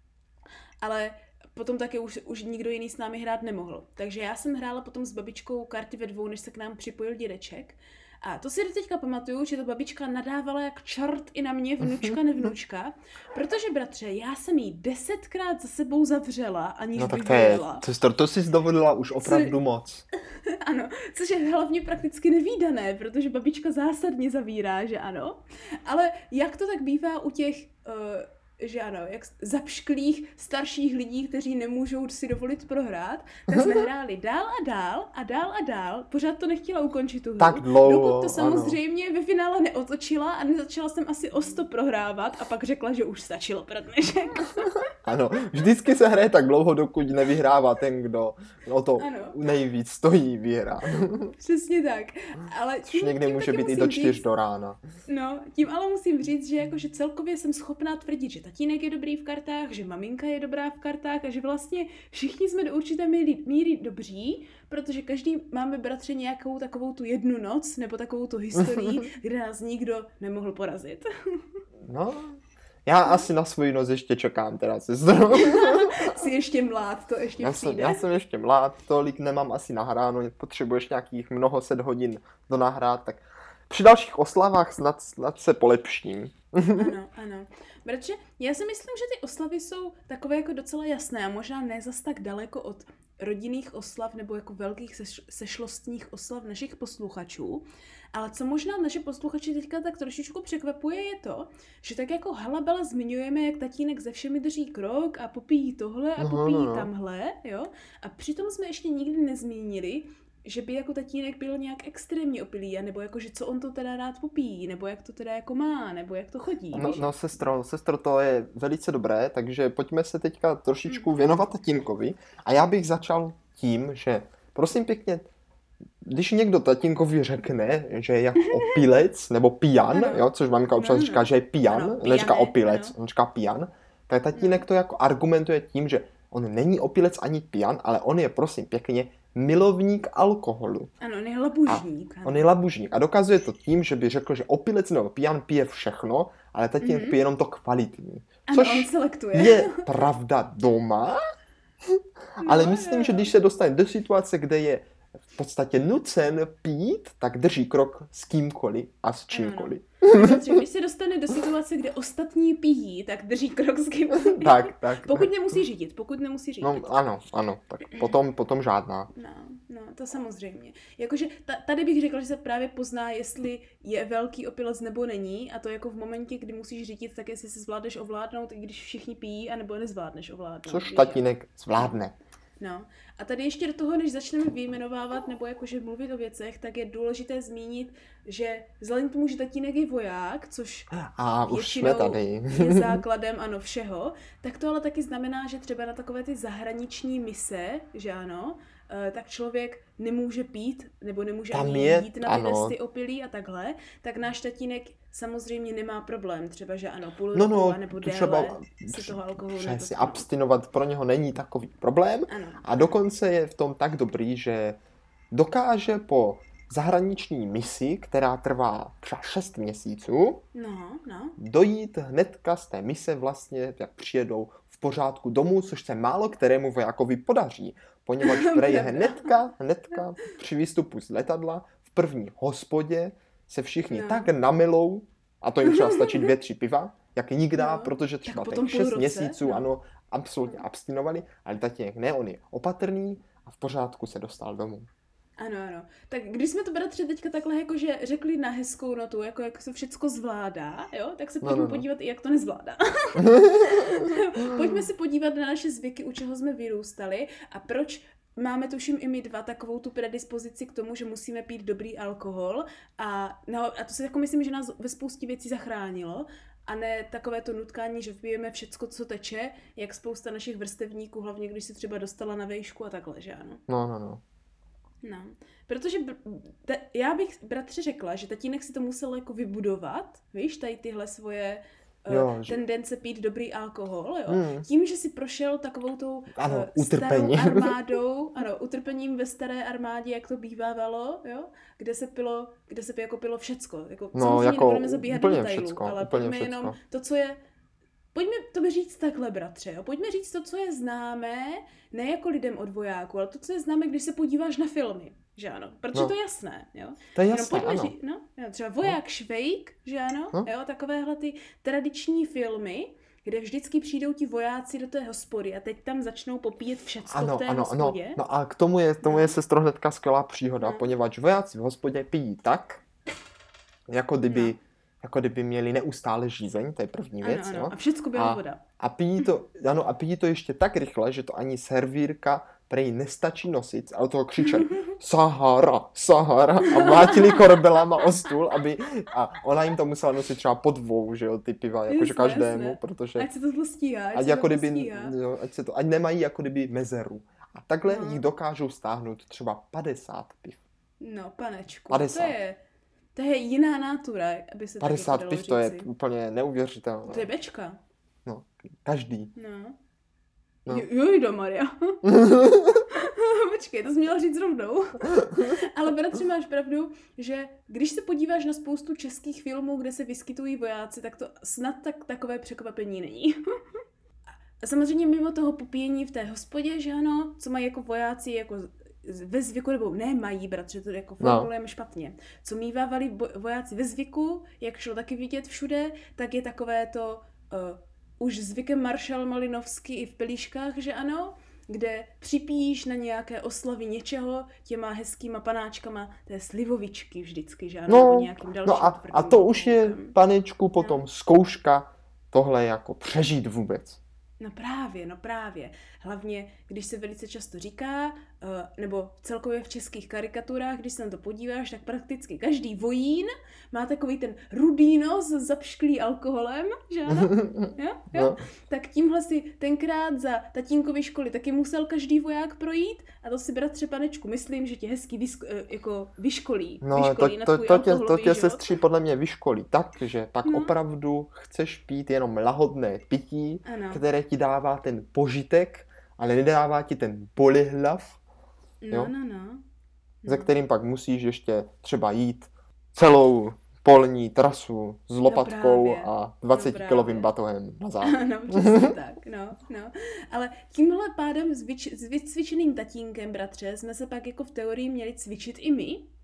Ale potom taky už, už nikdo jiný s námi hrát nemohl. Takže já jsem hrála potom s babičkou karty ve dvou, než se k nám připojil dědeček. A to si doteďka pamatuju, že ta babička nadávala jak čert i na mě, vnučka, nevnučka. Protože, bratře, já jsem jí desetkrát za sebou zavřela, aniž No bych tak to je, volila. sestro, to jsi dovolila už opravdu moc. Ano, což je hlavně prakticky nevídané, protože babička zásadně zavírá, že ano. Ale jak to tak bývá u těch, uh, že ano, jak zapšklých starších lidí, kteří nemůžou si dovolit prohrát, tak jsme hráli dál a dál a dál a dál. Pořád to nechtěla ukončit tu hru. Tak dlouho, Dokud to samozřejmě ano. ve finále neotočila a nezačala jsem asi o sto prohrávat a pak řekla, že už stačilo pro dnešek. Ano, vždycky se hraje tak dlouho, dokud nevyhrává ten, kdo o to Ano. nejvíc stojí výhra. Přesně tak. Ale Což tím, někdy tím může taky být i musím do čtyř říct- do rána. No, tím ale musím říct, že jakože celkově jsem schopná tvrdit, že tatínek je dobrý v kartách, že maminka je dobrá v kartách a že vlastně všichni jsme do určité míry, míry dobří, protože každý máme, bratře, nějakou takovou tu jednu noc nebo takovou tu historii, kde nás nikdo nemohl porazit. No, já asi na svůj noc ještě čekám teda, sestro. Jsi ještě mlád, to ještě Já jsem, přijde. já jsem ještě mlád, tolik nemám asi nahráno, potřebuješ nějakých mnoho set hodin do nahrát, tak při dalších oslavách snad, snad se polepším. Ano, ano. Bratře, já si myslím, že ty oslavy jsou takové jako docela jasné a možná ne zas tak daleko od rodinných oslav nebo jako velkých seš- sešlostních oslav našich posluchačů. Ale co možná naše posluchači teďka tak trošičku překvapuje je to, že tak jako halabala zmiňujeme, jak tatínek ze všemi drží krok a popíjí tohle a No, popíjí no, no. tamhle, jo? A přitom jsme ještě nikdy nezmínili, že by jako tatínek byl nějak extrémně opilý, nebo jako, že co on to teda rád popíjí, nebo jak to teda jako má, nebo jak to chodí. No, víš? no sestro, sestro, to je velice dobré, takže pojďme se teďka trošičku věnovat tatínkovi. A já bych začal tím, že prosím pěkně, když někdo tatínkovi řekne, že je jako opilec, nebo pijan, Ano. jo, což maminka občas Ano. říká, že je pijan, Ano, neříká pijané, opilec, ano. on říká pijan, tak tatínek to jako argumentuje tím, že on není opilec ani pijan, ale on je prosím pěkně milovník alkoholu. Ano, on je labužník. ano. On je labužník a dokazuje to tím, že by řekl, že opilec nebo pijan pije všechno, ale tatínek Mhm. pije jenom to kvalitní. Ano, Což on selektuje. je pravda doma, ale No, myslím, jo. že když se dostane do situace, kde je v podstatě nucen pít, tak drží krok s kýmkoliv a s čímkoliv. Bratře, když se dostane do situace, kde ostatní pijí, tak drží krok s kým. Tak, tak. Pokud nemusí řídit, pokud nemusí řídit. No ano, ano, tak potom, potom žádná. No, no, to samozřejmě. Jakože ta, tady bych řekla, že se právě pozná, jestli je velký opilec nebo není, a to jako v momentě, kdy musíš řídit, tak jestli se zvládneš ovládnout, i když všichni pijí, anebo nezvládneš ovládnout. Což víš, tatínek zvládne. No. A tady ještě do toho, než začneme vyjmenovávat nebo jakože mluvit o věcech, tak je důležité zmínit, že vzhledem k tomu, že tatínek je voják, což A už jsme většinou tady. je základem, ano, všeho, tak to ale taky znamená, že třeba na takové ty zahraniční mise, že ano, eh, tak člověk nemůže pít, nebo nemůže Tam ani je- jít na ty ano. testy opilí a takhle, tak náš tatínek samozřejmě nemá problém, třeba, že ano, půl No, roku no, nebo to déle třeba si toho alkoholu přesně nedotkne. abstinovat pro něho není takový problém. Ano. A dokonce je v tom tak dobrý, že dokáže po zahraniční misi, která trvá třeba šest měsíců, No, no. dojít hnedka z té mise vlastně, jak přijedou v pořádku domů, což se málo kterému vojákovi podaří, poněvadž prej hnedka, hnedka při výstupu z letadla v první hospodě se všichni No. tak namilou, a to jim třeba stačí dvě, tři piva, jak nikdy, No. protože třeba po tom těch půl šest roce, měsíců, no. ano, absolutně abstinovali, ale tatínek ne, on je opatrný a v pořádku se dostal domů. Ano, ano. Tak když jsme to bratře teďka takhle jakože řekli na hezkou notu, jako jak se všecko zvládá, jo, tak se No, pojďme no, no. podívat i jak to nezvládá. Pojďme se podívat na naše zvyky, u čeho jsme vyrůstali a proč máme tuším i my dva takovou tu predispozici k tomu, že musíme pít dobrý alkohol a, no, a to si jako myslím, že nás ve spoustě věcí zachránilo. A ne takové to nutkání, že pijeme všecko, co teče, jak spousta našich vrstevníků, hlavně když se třeba dostala na vejšku a takhle, že ano. No, no, no. No, protože br- te, já bych bratře řekla, že tatínek si to musel jako vybudovat, víš, tady tyhle svoje uh, Jo, že- tendence pít dobrý alkohol, jo. Hmm. Tím, že si prošel takovou tou Ano, uh, starou utrpení. armádou, ano, utrpením ve staré armádě, jak to bývávalo, jo, kde se pilo, kde se jako pilo všecko. Jako, No, samozřejmě jako nebudeme zabíhat do úplně detailů, všecko, ale úplně pojďme všecko. jenom to, co je. Pojďme to říct takhle, bratře, jo? Pojďme říct to, co je známé, ne jako lidem od vojáků, ale to, co je známé, když se podíváš na filmy, že ano, protože No. to je jasné, jo. To je Jenom jasné, pojďme ano. říct, no, jo, třeba Voják Švejk, že ano, No. jo, takovéhle ty tradiční filmy, kde vždycky přijdou ti vojáci do té hospody a teď tam začnou popíjet všecko v Ano, té ano, ano. hospodě. No a k tomu je, tomu je sestro hnedka skvělá příhoda, No. poněvadž vojáci v hospodě pijí tak, jako kdyby, No. jako kdyby měli neustále žízeň, to je první ano, věc, ano, jo. a všecko byla A- voda. A pijí to, ano, a pijí to ještě tak rychle, že to ani servírka prej nestačí nosit, a od toho křičeli Sahara, Sahara a mlátili korbelama o stůl, aby, a ona jim to musela nosit třeba po dvou, že jo, ty piva, jakože Jasné, každému, jasné. protože Ať se to zlo stíhá, ať, ať se jako to kdyby, stíhá. jo, ať se to, ať nemají jako kdyby mezeru. A takhle No. jich dokážou stáhnout třeba padesát piv. No, panečku, padesát. to je, to je jiná natura, aby se padesát taky piv, dalo to je říci. úplně neuvěřitelné. To je bečka. No, každý. No. No. Jo, jojda Maria. Počkej, to jsi měla říct rovnou. Ale bratře, máš pravdu, že když se podíváš na spoustu českých filmů, kde se vyskytují vojáci, tak to snad tak takové překvapení není. A samozřejmě mimo toho popíjení v té hospodě, že ano, co mají jako vojáci jako ve zvyku, nebo ne mají, bratře, to jako No. formulujeme špatně. Co mívávali bo- vojáci ve zvyku, jak šlo taky vidět všude, tak je takové to uh, už zvykem maršal Malinovský i v Pelíškách, že ano, kde připíjíš na nějaké oslavy něčeho těma hezkýma panáčkama, té slivovičky vždycky, že ano, No, nebo nějakým dalším No a, tvrdým a to už je, alkoholem. panečku, potom zkouška tohle jako přežít vůbec. No právě, no právě. Hlavně, když se velice často říká, uh, nebo celkově v českých karikaturách, když se na to podíváš, tak prakticky každý vojín má takový ten rudý nos zapšklý alkoholem, že ano? Jo? Jo? No. Tak tímhle si tenkrát za tatínkovy školy taky musel každý voják projít a to si bratře panečku myslím, že tě hezky vysk- eh, jako vyškolí. No, to, vyškolí na to, tvůj to, tě, to alkoholový tě život. sestři podle mě vyškolí tak, že pak No. opravdu chceš pít jenom lahodné pití, Ano. které ti dává ten požitek, ale nedává ti ten polihlav, jo? No, no, no. za kterým pak musíš ještě třeba jít celou polní trasu s lopatkou právě. a dvacetikilovým No batohem na závěr. No, přesně tak, no, no. Ale tímhle pádem s, vyč- s vycvičeným tatínkem, bratře, jsme se pak jako v teorii měli cvičit i my, jo?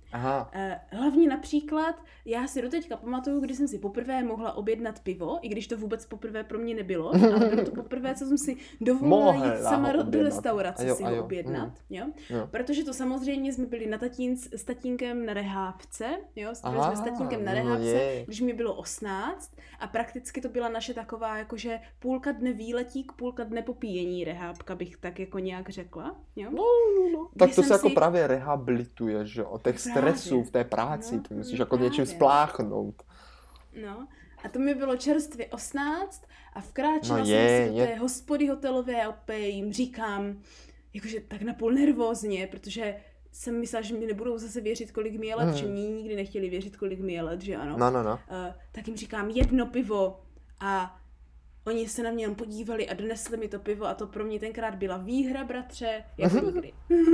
Aha. Uh, hlavně například, já si doteďka pamatuju, když jsem si poprvé mohla objednat pivo, i když to vůbec poprvé pro mě nebylo, ale bylo to poprvé, co jsem si dovolila Mohla jít sama ho do objednat. restaurace A jo, si a ho jo, objednat, mm. jo? Jo. Protože to samozřejmě jsme byli na tatín, s tatínkem na rehábce, jo? Byli Aha, jsme s tatínkem na no rehábce, je. když mi bylo osmnáct a prakticky to byla naše taková jakože půlka dne výletík, půlka dne popíjení rehábka, bych tak jako nějak řekla, jo? No, no, no. Tak Když to jsem se jako si- právě rehabilituje, že od těch Právě. stresů v té práci, No, ty musíš no jako něčím právě. spláchnout. No, a to mi bylo čerstvě osmnáct a vkráčela No jsem je, si do je. té hospody hotelové a opět jim říkám, jakože tak napůl nervózně, protože jsem myslela, že mi nebudou zase věřit, kolik mi je let, Mhm. že mě nikdy nechtěli věřit, kolik mi je let, že ano. No, no, no. Uh, tak jim říkám jedno pivo a oni se na mě jen podívali a donesli mi to pivo a to pro mě tenkrát byla výhra, bratře, jako nikdy.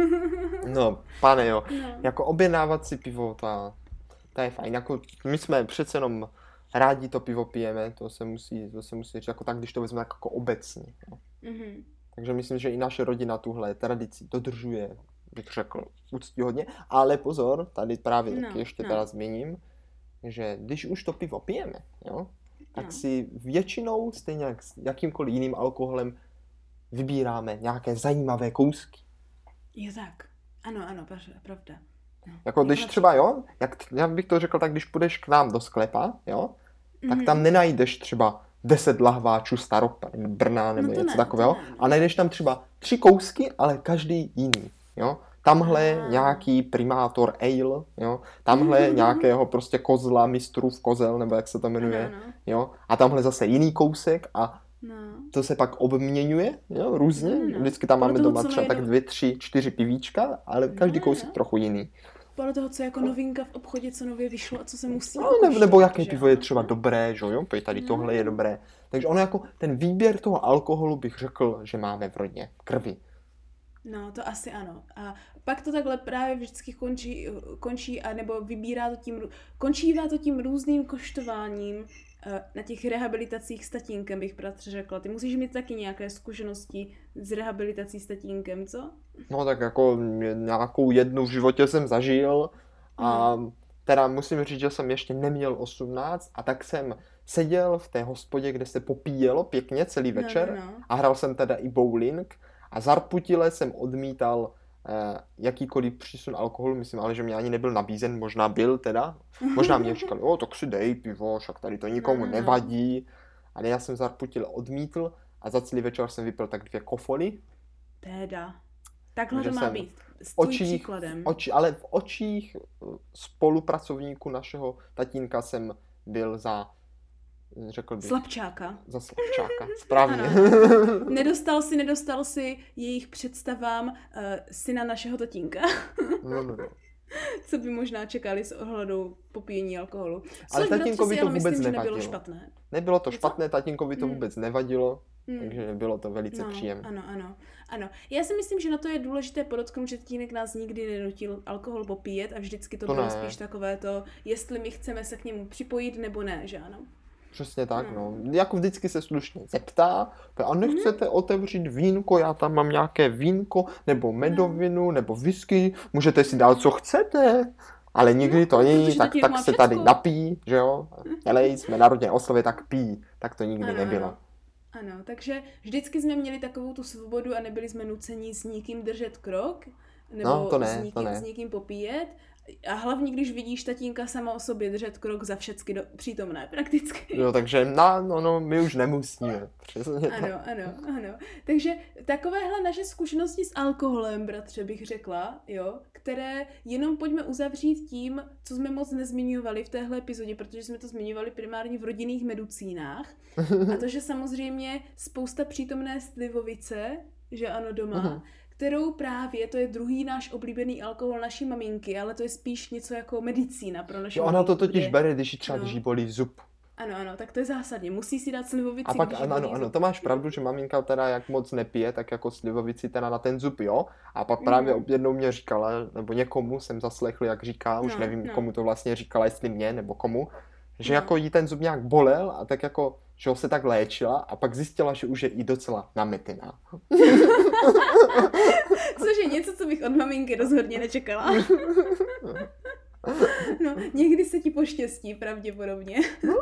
No, pane jo. No. Jako objednávat si pivo, to, to je fajn. Jako my jsme přece jenom rádi to pivo pijeme, to se musí, to se musí říct, jako tak, když to vezme jako obecně. No. Mhm. Takže myslím, že i naše rodina tuhle tradici dodržuje, bych řekl, úctyhodně. Ale pozor, tady právě No, taky ještě no. teda zmíním, že když už to pivo pijeme, jo, tak No. si většinou stejně jak s jakýmkoliv jiným alkoholem vybíráme nějaké zajímavé kousky. Jo tak, ano, ano, prav- pravda. No. Jako když například- třeba, jo, jak, jak bych to řekl, tak když půjdeš k nám do sklepa, jo, tak Mhm. tam nenajdeš třeba deset lahváčů staropa, nebo Brna, nebo No to něco ne, takového, to ne, no. a najdeš tam třeba tři kousky, ale každý jiný, jo. Tamhle Ah. nějaký primátor ale, jo, tamhle nějakého prostě kozla, mistrův kozel, nebo jak se to jmenuje, Ano, ano. jo, a tamhle zase jiný kousek a No. to se pak obměňuje, jo, různě, No, no, no. vždycky tam Podle máme toho, doma co třeba tak najdou- dvě, tři, čtyři pivíčka, ale každý No, kousek no. trochu jiný. Podle toho, co je jako novinka v obchodě, co nově vyšlo a co se musí No, nebo, okoštit, nebo jaké že pivo je ano. třeba dobré, že jo, protože tady No. tohle je dobré. Takže ono jako ten výběr toho alkoholu bych řekl, že máme v rodině, v krvi. No, to asi ano. A pak to takhle právě vždycky končí, končí a nebo vybírá to tím, končívá to tím různým koštováním eh, na těch rehabilitacích s tatínkem, bych bratře řekla. Ty musíš mít taky nějaké zkušenosti s rehabilitací s tatínkem, co? No tak jako nějakou jednu v životě jsem zažil a teda musím říct, že jsem ještě neměl osmnáct a tak jsem seděl v té hospodě, kde se popíjelo pěkně celý večer No, no, no. a hrál jsem teda i bowling a zarputile jsem odmítal eh, jakýkoliv přísun alkoholu, myslím ale, že mě ani nebyl nabízen, možná byl teda, možná mě říkali, o, tak si dej pivo, však tady to nikomu No, no. nevadí, ale já jsem zarputile odmítl a za celý večer jsem vypil tak dvě kofoly. Teda. Takhle Takže to má jsem být. S v tvým očích, příkladem. v oči, ale v očích eh, spolupracovníků našeho tatínka jsem byl za, řekl bych, Slabčáka. za slabčáka, správně. Nedostal si, nedostal si jejich představám uh, syna našeho tatínka. no, no, no. Co by možná čekali s ohledou popíjení alkoholu. Ale Což, bratře, tatínkovi si to ale vůbec myslím, že nebylo nevadilo. špatné. Nebylo to Co? špatné, tatínkovi to Hmm. vůbec nevadilo, Hmm. takže bylo to velice No, příjemné. ano, ano, ano. Já si myslím, že na to je důležité podotknout, že tatínek nás nikdy nenutil alkohol popíjet a vždycky to, To bylo ne. spíš takové to, jestli my chceme se k němu připojit nebo ne, že ano. Přesně tak, No. no. Jako vždycky se slušně zeptá, a nechcete otevřít vínko, já tam mám nějaké vínko, nebo medovinu, nebo whisky, můžete si dát, co chcete. Ale nikdy to není, protože tak, tatínek tak má se tady všecko. napí, že jo. Ale jsme na rodinné oslavě, tak pí. Tak to nikdy Ano, nebylo. ano. Ano, takže vždycky jsme měli takovou tu svobodu a nebyli jsme nuceni s nikým držet krok, nebo No, to ne, s, to nikým, ne. s nikým popíjet. A hlavně, když vidíš tatínka sama o sobě držet krok za všecky do, přítomné, prakticky. Jo, takže no, no, no, my už nemusíme. Přesně tak. Ano, ano, ano. Takže takovéhle naše zkušenosti s alkoholem, bratře, bych řekla, jo, které jenom pojďme uzavřít tím, co jsme moc nezmiňovali v téhle epizodě, protože jsme to zmiňovali primárně v rodinných medicínách. A to, že samozřejmě spousta přítomné slivovice, že ano, doma, Mhm. kterou právě, to je druhý náš oblíbený alkohol naší maminky, ale to je spíš něco jako medicína pro naši Jo, ona maminku, to totiž kde- bere, když jí třeba No. když jí bolí zub. Ano, ano, tak to je zásadně. Musí si dát slivovici, A pak, když ano, bolí ano, ano, zub. to máš pravdu, že maminka teda jak moc nepije, tak jako slivovici teda na ten zub, jo. A pak právě Mhm. jednou mě říkala, nebo někomu jsem zaslechl, jak říká, už No, nevím, no. komu to vlastně říkala, jestli mě nebo komu, že No. jako jí ten zub nějak bolel a tak jako, že ho se tak léčila a pak zjistila, že už je i docela nametená. Což je něco, co bych od maminky rozhodně nečekala. No, někdy se ti poštěstí, pravděpodobně.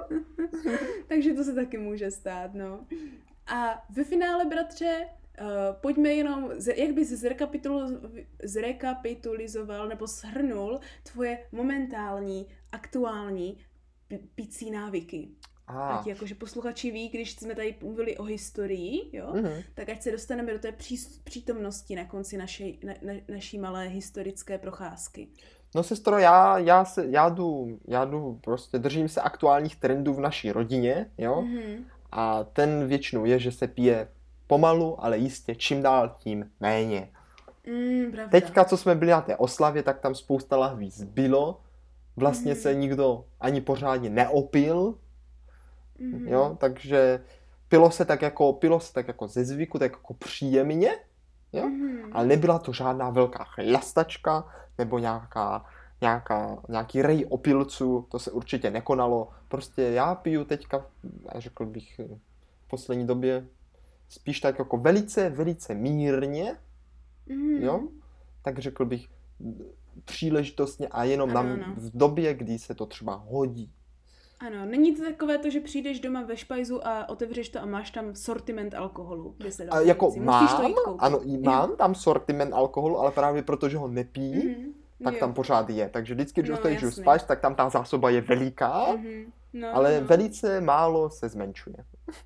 Takže to se taky může stát, no. A ve finále, bratře, uh, pojďme jenom, z, jak bys zrekapitulo, zrekapitulizoval nebo shrnul tvoje momentální, aktuální p- picí návyky. A, Ať jakože posluchači ví, když jsme tady mluvili o historii, jo, mhm. tak ať se dostaneme do té pří, přítomnosti na konci naší, na, na, naší malé historické procházky. No sestro, já, já, se, já, jdu, já jdu, prostě držím se aktuálních trendů v naší rodině, jo, Mhm. a ten většinou je, že se pije pomalu, ale jistě čím dál tím méně. Mm, pravda. Teďka, co jsme byli na té oslavě, tak tam spousta lahví zbylo, vlastně Mhm. se nikdo ani pořádně neopil, Mhm. jo, takže pilo se tak jako, pilo se tak jako ze zvyku, tak jako příjemně, jo, Mhm. ale nebyla to žádná velká chlastačka, nebo nějaká, nějaká, nějaký rej opilců, to se určitě nekonalo. Prostě já piju teďka, řekl bych v poslední době, spíš tak jako velice, velice mírně, Mhm. jo, tak řekl bych příležitostně a jenom Ano, na, ano. v době, kdy se to třeba hodí. Ano, není to takové to, že přijdeš doma ve špajzu a otevřeš to a máš tam sortiment alkoholu. Kde se dá A jako říci. Musíš to mám, jít koupit. ano, i mám tam sortiment alkoholu, ale právě protože ho nepí, Mhm. tak Jo. tam pořád je. Takže vždycky, když No, dostaneš jasně. spáč, tak tam ta zásoba je veliká, Mhm. No, ale no. velice málo se zmenšuje.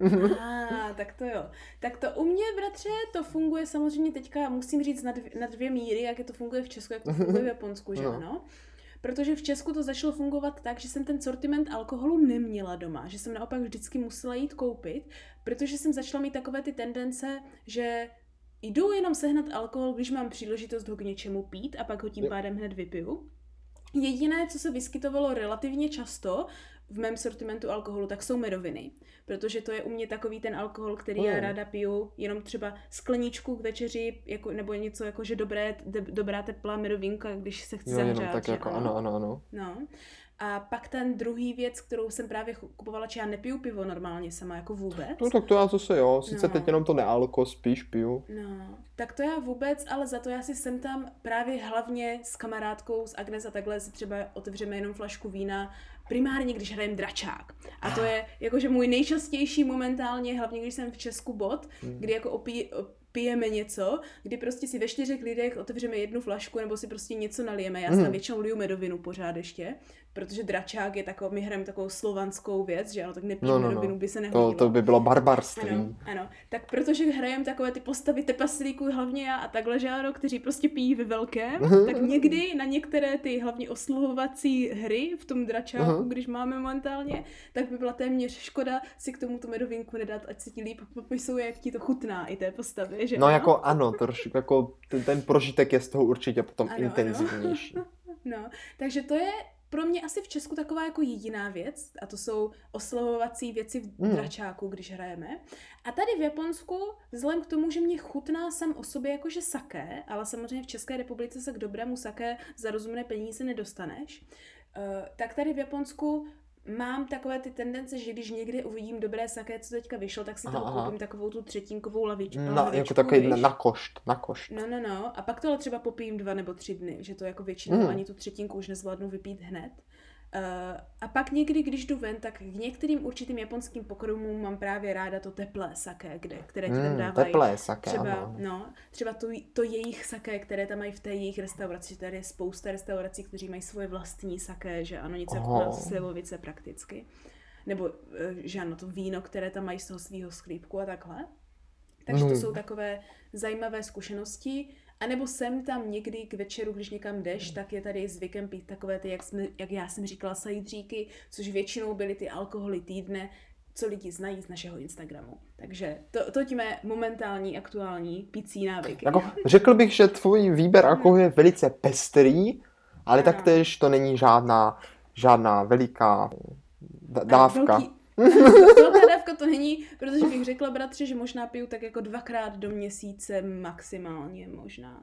Ah, tak to jo. Tak to u mě, bratře, to funguje samozřejmě teďka, musím říct na dvě, na dvě míry, jak je to funguje v Česku, jak to funguje v Japonsku, že No. ano? Protože v Česku to začalo fungovat tak, že jsem ten sortiment alkoholu neměla doma, že jsem naopak vždycky musela jít koupit, protože jsem začala mít takové ty tendence, že jdu jenom sehnat alkohol, když mám příležitost ho k něčemu pít a pak ho tím Jo. pádem hned vypiju. Jediné, co se vyskytovalo relativně často v mém sortimentu alkoholu, tak jsou medoviny. Protože to je u mě takový ten alkohol, který já Mm. ráda piju, jenom třeba skleničku k večeři, jako, nebo něco jako, že dobré, de, dobrá teplá medovínka, když se chci Jo, jenom zahřát. tak že jako, ano, ano, ano. No. A pak ten druhý věc, kterou jsem právě chu- kupovala, či já nepiju pivo normálně sama, jako vůbec. No tak to já zase jo, sice No. teď jenom to nealko, spíš piju. No, tak to já vůbec, ale za to já si sem tam právě hlavně s kamarádkou, s Agnes a takhle si třeba otevřeme jenom flašku vína, primárně když hrajeme dračák. A to je jakože můj nejčastější momentálně, hlavně když jsem v Česku bod, kdy jako opí, pijeme něco, kdy prostě si ve čtyřech lidech otevřeme jednu flašku nebo si prostě něco nalijeme. Já si tam Mhm. většinou liju medovinu pořád ještě, protože dračák je takový, my hrajeme takovou slovanskou věc, že ano, tak nepít No, no, no. medovinu by se nehodilo. To, to by bylo barbarství. Ano, ano. Tak protože hrajeme takové ty postavy trpaslíků, hlavně já a takhle žáro, kteří prostě pijí ve velkém, tak někdy na některé ty hlavně oslovovací hry v tom dračáku, Aha. když máme momentálně, tak by byla téměř škoda si k tomu tu medovinku nedat, ať se ti líp popisují, jak ti to chutná i té postavy, že No ano? jako ano, trošku jako ten, ten prožitek je z toho určitě potom Ano, ano. intenzivnější. No, takže to je pro mě asi v Česku taková jako jediná věc, a to jsou oslavovací věci v Mm. dračáku, když hrajeme. A tady v Japonsku, vzhledem k tomu, že mě chutná sam o sobě jakože saké, ale samozřejmě v České republice se k dobrému saké za rozumné peníze nedostaneš, eh, tak tady v Japonsku mám takové ty tendence, že když někde uvidím dobré saké, co teďka vyšlo, tak si Aha, to aha. koupím takovou tu třetínkovou lavičku. Na, jako takový na, na košt, na košt. No, no, no. A pak to ale třeba popijím dva nebo tři dny, že to jako většinou Mm. ani tu třetinku už nezvládnu vypít hned. Uh, a pak někdy, když jdu ven, tak k některým určitým japonským pokrmům mám právě ráda to teplé saké, kde, které ti tam Mm, dávají. teplé saké, Třeba, ano. no, třeba to, to jejich saké, které tam mají v té jejich restauraci, že tady je spousta restaurací, kteří mají svoje vlastní saké, že ano, něco jako Oho. na slivovice prakticky. Nebo, eh, že ano, to víno, které tam mají z toho svého sklípku a takhle. Takže to No. jsou takové zajímavé zkušenosti. A nebo sem tam někdy k večeru, když někam jdeš, tak je tady zvykem pít takové ty, jak, jsme, jak já jsem říkala, sajdříky, což většinou byly ty alkoholy týdne, co lidi znají z našeho Instagramu. Takže to, to tím je momentální, aktuální picí návyky. Jako, řekl bych, že tvůj výběr alkoholu je velice pestrý, ale Ano. taktéž to není žádná, žádná veliká d- A dávka. Velký, velká dávka to není, protože bych řekla, bratře, že možná piju tak jako dvakrát do měsíce maximálně možná.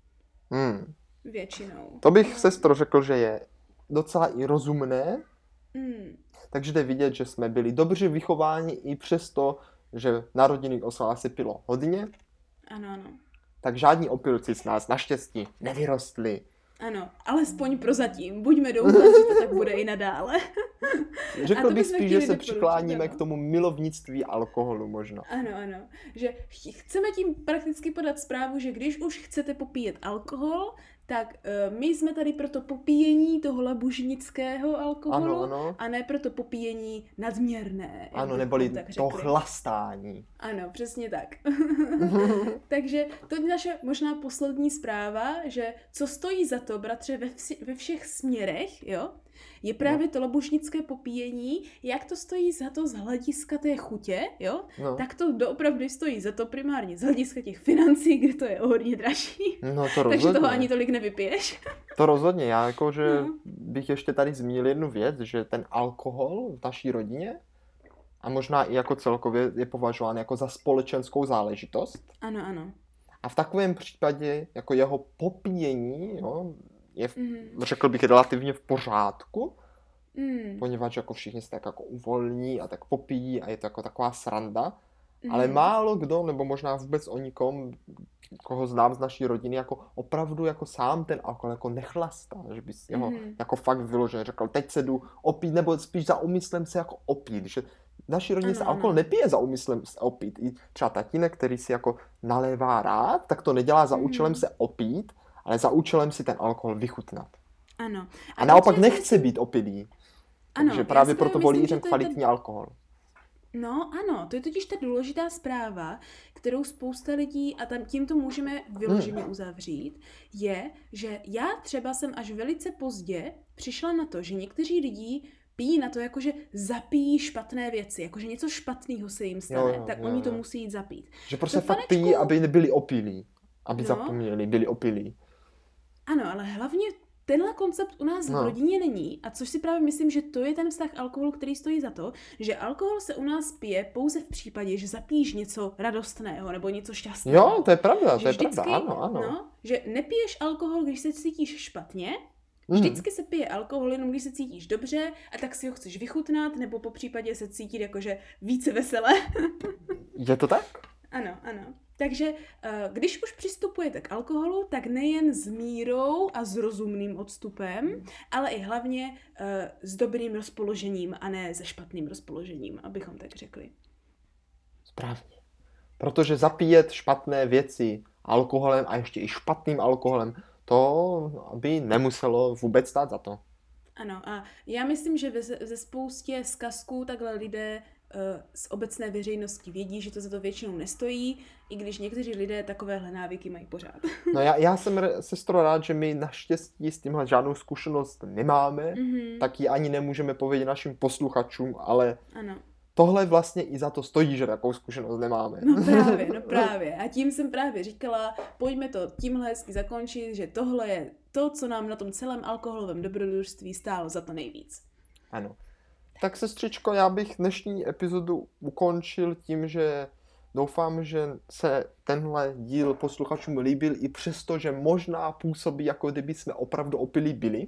Hmm. Většinou. To bych, No. sestro, řekl, že je docela i rozumné, Mm. takže jde vidět, že jsme byli dobře vychováni i přesto, že na rodinných oslavách se pilo hodně, Ano, ano. tak žádní opilci z nás naštěstí nevyrostli. Ano, alespoň prozatím. Buďme doufat, že to tak bude i nadále. A Řekl to bych bychom spíš, chtěli že se doporučit, přikláníme ano. k tomu milovnictví alkoholu možná. Ano, ano. Že ch- chceme tím prakticky podat zprávu, že když už chcete popíjet alkohol, tak uh, my jsme tady pro to popíjení toho labužnického alkoholu Ano, ano. a ne pro to popíjení nadměrné. jak Ano, bychom neboli tak to řekli. chlastání. Ano, přesně tak. Takže to je naše možná poslední zpráva, že co stojí za to, bratře, ve, vsi, ve všech směrech, jo, je právě to labužnické popíjení, jak to stojí za to z hlediska té chutě, jo, No. tak to doopravdy stojí za to primárně z hlediska těch financí, kde to je o hodně dražší. No to Takže rozhodně. toho ani tolik nevypiješ. To rozhodně. Já jakože No. bych ještě tady zmínil jednu věc, že ten alkohol v naší rodině a možná i jako celkově je považován jako za společenskou záležitost. Ano, ano. A v takovém případě jako jeho popíjení jo, je, v, Mhm. řekl bych, relativně v pořádku, Mm. poněvadž jako všichni se tak jako uvolní a tak popíjí a je to jako taková sranda. Ale Mhm. málo kdo, nebo možná vůbec o nikom, koho znám z naší rodiny, jako opravdu jako sám ten alkohol jako nechlastá, že bys jeho Mhm. jako fakt vyloženě řekl, teď se jdu opít, nebo spíš za úmyslem se jako opít, že v naší rodině Ano, se ano. alkohol nepije za úmyslem se opít. I třeba tatínek, který si jako nalévá rád, tak to nedělá za Mhm. účelem se opít, ale za účelem si ten alkohol vychutnat. Ano. A naopak protože já si nechce být opilý. Ano, Takže já právě si proto právě volí myslím, i ten že to je ten- kvalitní alkohol. No ano, to je totiž ta důležitá zpráva, kterou spousta lidí, a tam tím to můžeme vyloženě uzavřít, je, že já třeba jsem až velice pozdě přišla na to, že někteří lidi pijí na to, jakože zapijí špatné věci, jakože něco špatného se jim stane, Jo, jo, tak jo, oni to jo. musí jít zapít. Že prostě To fakt panečku- pijí, aby nebyli opilí. Aby No. zapomněli, byli opilí. Ano, ale hlavně tenhle koncept u nás No. v rodině není, a což si právě myslím, že to je ten vztah alkoholu, který stojí za to, že alkohol se u nás pije pouze v případě, že zapíš něco radostného nebo něco šťastného. Jo, to je pravda, Že to je vždycky, pravda, ano, ano. No, že nepiješ alkohol, když se cítíš špatně, Mhm. vždycky se pije alkohol jenom, když se cítíš dobře a tak si ho chceš vychutnat, nebo po případě se cítit jakože více veselé. Je to tak? Ano, ano. Takže eh, když už přistupujete k alkoholu, tak nejen s mírou a s rozumným odstupem, ale i hlavně eh, s dobrým rozpoložením a ne se špatným rozpoložením, abychom tak řekli. Správně. Protože zapíjet špatné věci alkoholem a ještě i špatným alkoholem, to by nemuselo vůbec stát za to. Ano, a já myslím, že ve, ze spoustě zkazků takhle lidé uh, z obecné veřejnosti vědí, že to za to většinou nestojí, i když někteří lidé takovéhle návyky mají pořád. No já, já jsem, re- sestro, rád, že my naštěstí s tímhle žádnou zkušenost nemáme, Mhm. tak ji ani nemůžeme povědět našim posluchačům, ale Ano. tohle vlastně i za to stojí, že takovou zkušenost nemáme. No právě, no právě. A tím jsem právě říkala, pojďme to tímhle hezky zakončit, že tohle je to, co nám na tom celém alkoholovém dobrodružství stálo za to nejvíc. Ano. Tak sestřičko, já bych dnešní epizodu ukončil tím, že doufám, že se tenhle díl posluchačům líbil i přesto, že možná působí, jako kdyby jsme opravdu opilí byli.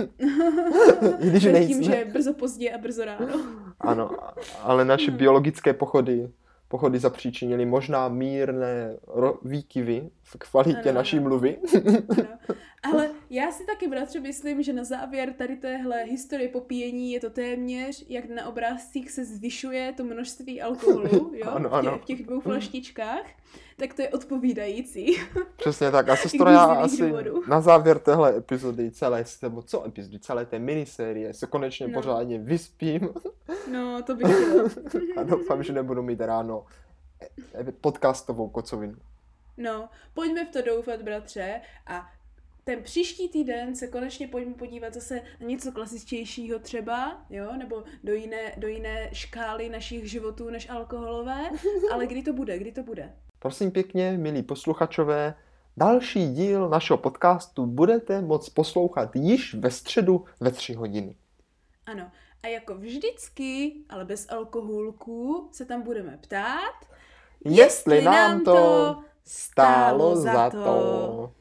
I když To je nejsme. tím, že je brzo pozdě a brzo ráno. Ano, ale naše biologické pochody, pochody zapříčinily možná mírné ro- výkyvy v kvalitě Ano, naší ano. mluvy. Ano. Ale já si taky, bratře, myslím, že na závěr tady téhle historie popíjení je to téměř, jak na obrázcích se zvyšuje to množství alkoholu, jo, Ano, v, tě, ano. v těch dvou flaštičkách, tak to je odpovídající. Přesně tak. A sestro, I z já jiných asi důvodů. na závěr téhle epizody, celé, nebo co epizody, celé té minisérie se konečně No. pořádně vyspím No, to bych chtěla. a doufám, že nebudu mít ráno e- podcastovou kocovinu. No, pojďme v to doufat, bratře, a ten příští týden se konečně pojďme podívat zase na něco klasičtějšího třeba, jo, nebo do jiné, do jiné škály našich životů než alkoholové, ale kdy to bude, kdy to bude? Prosím pěkně, milí posluchačové, další díl našeho podcastu budete moct poslouchat již ve středu ve tři hodiny. Ano, a jako vždycky, ale bez alkoholku, se tam budeme ptát, Jestli nám to stálo za to.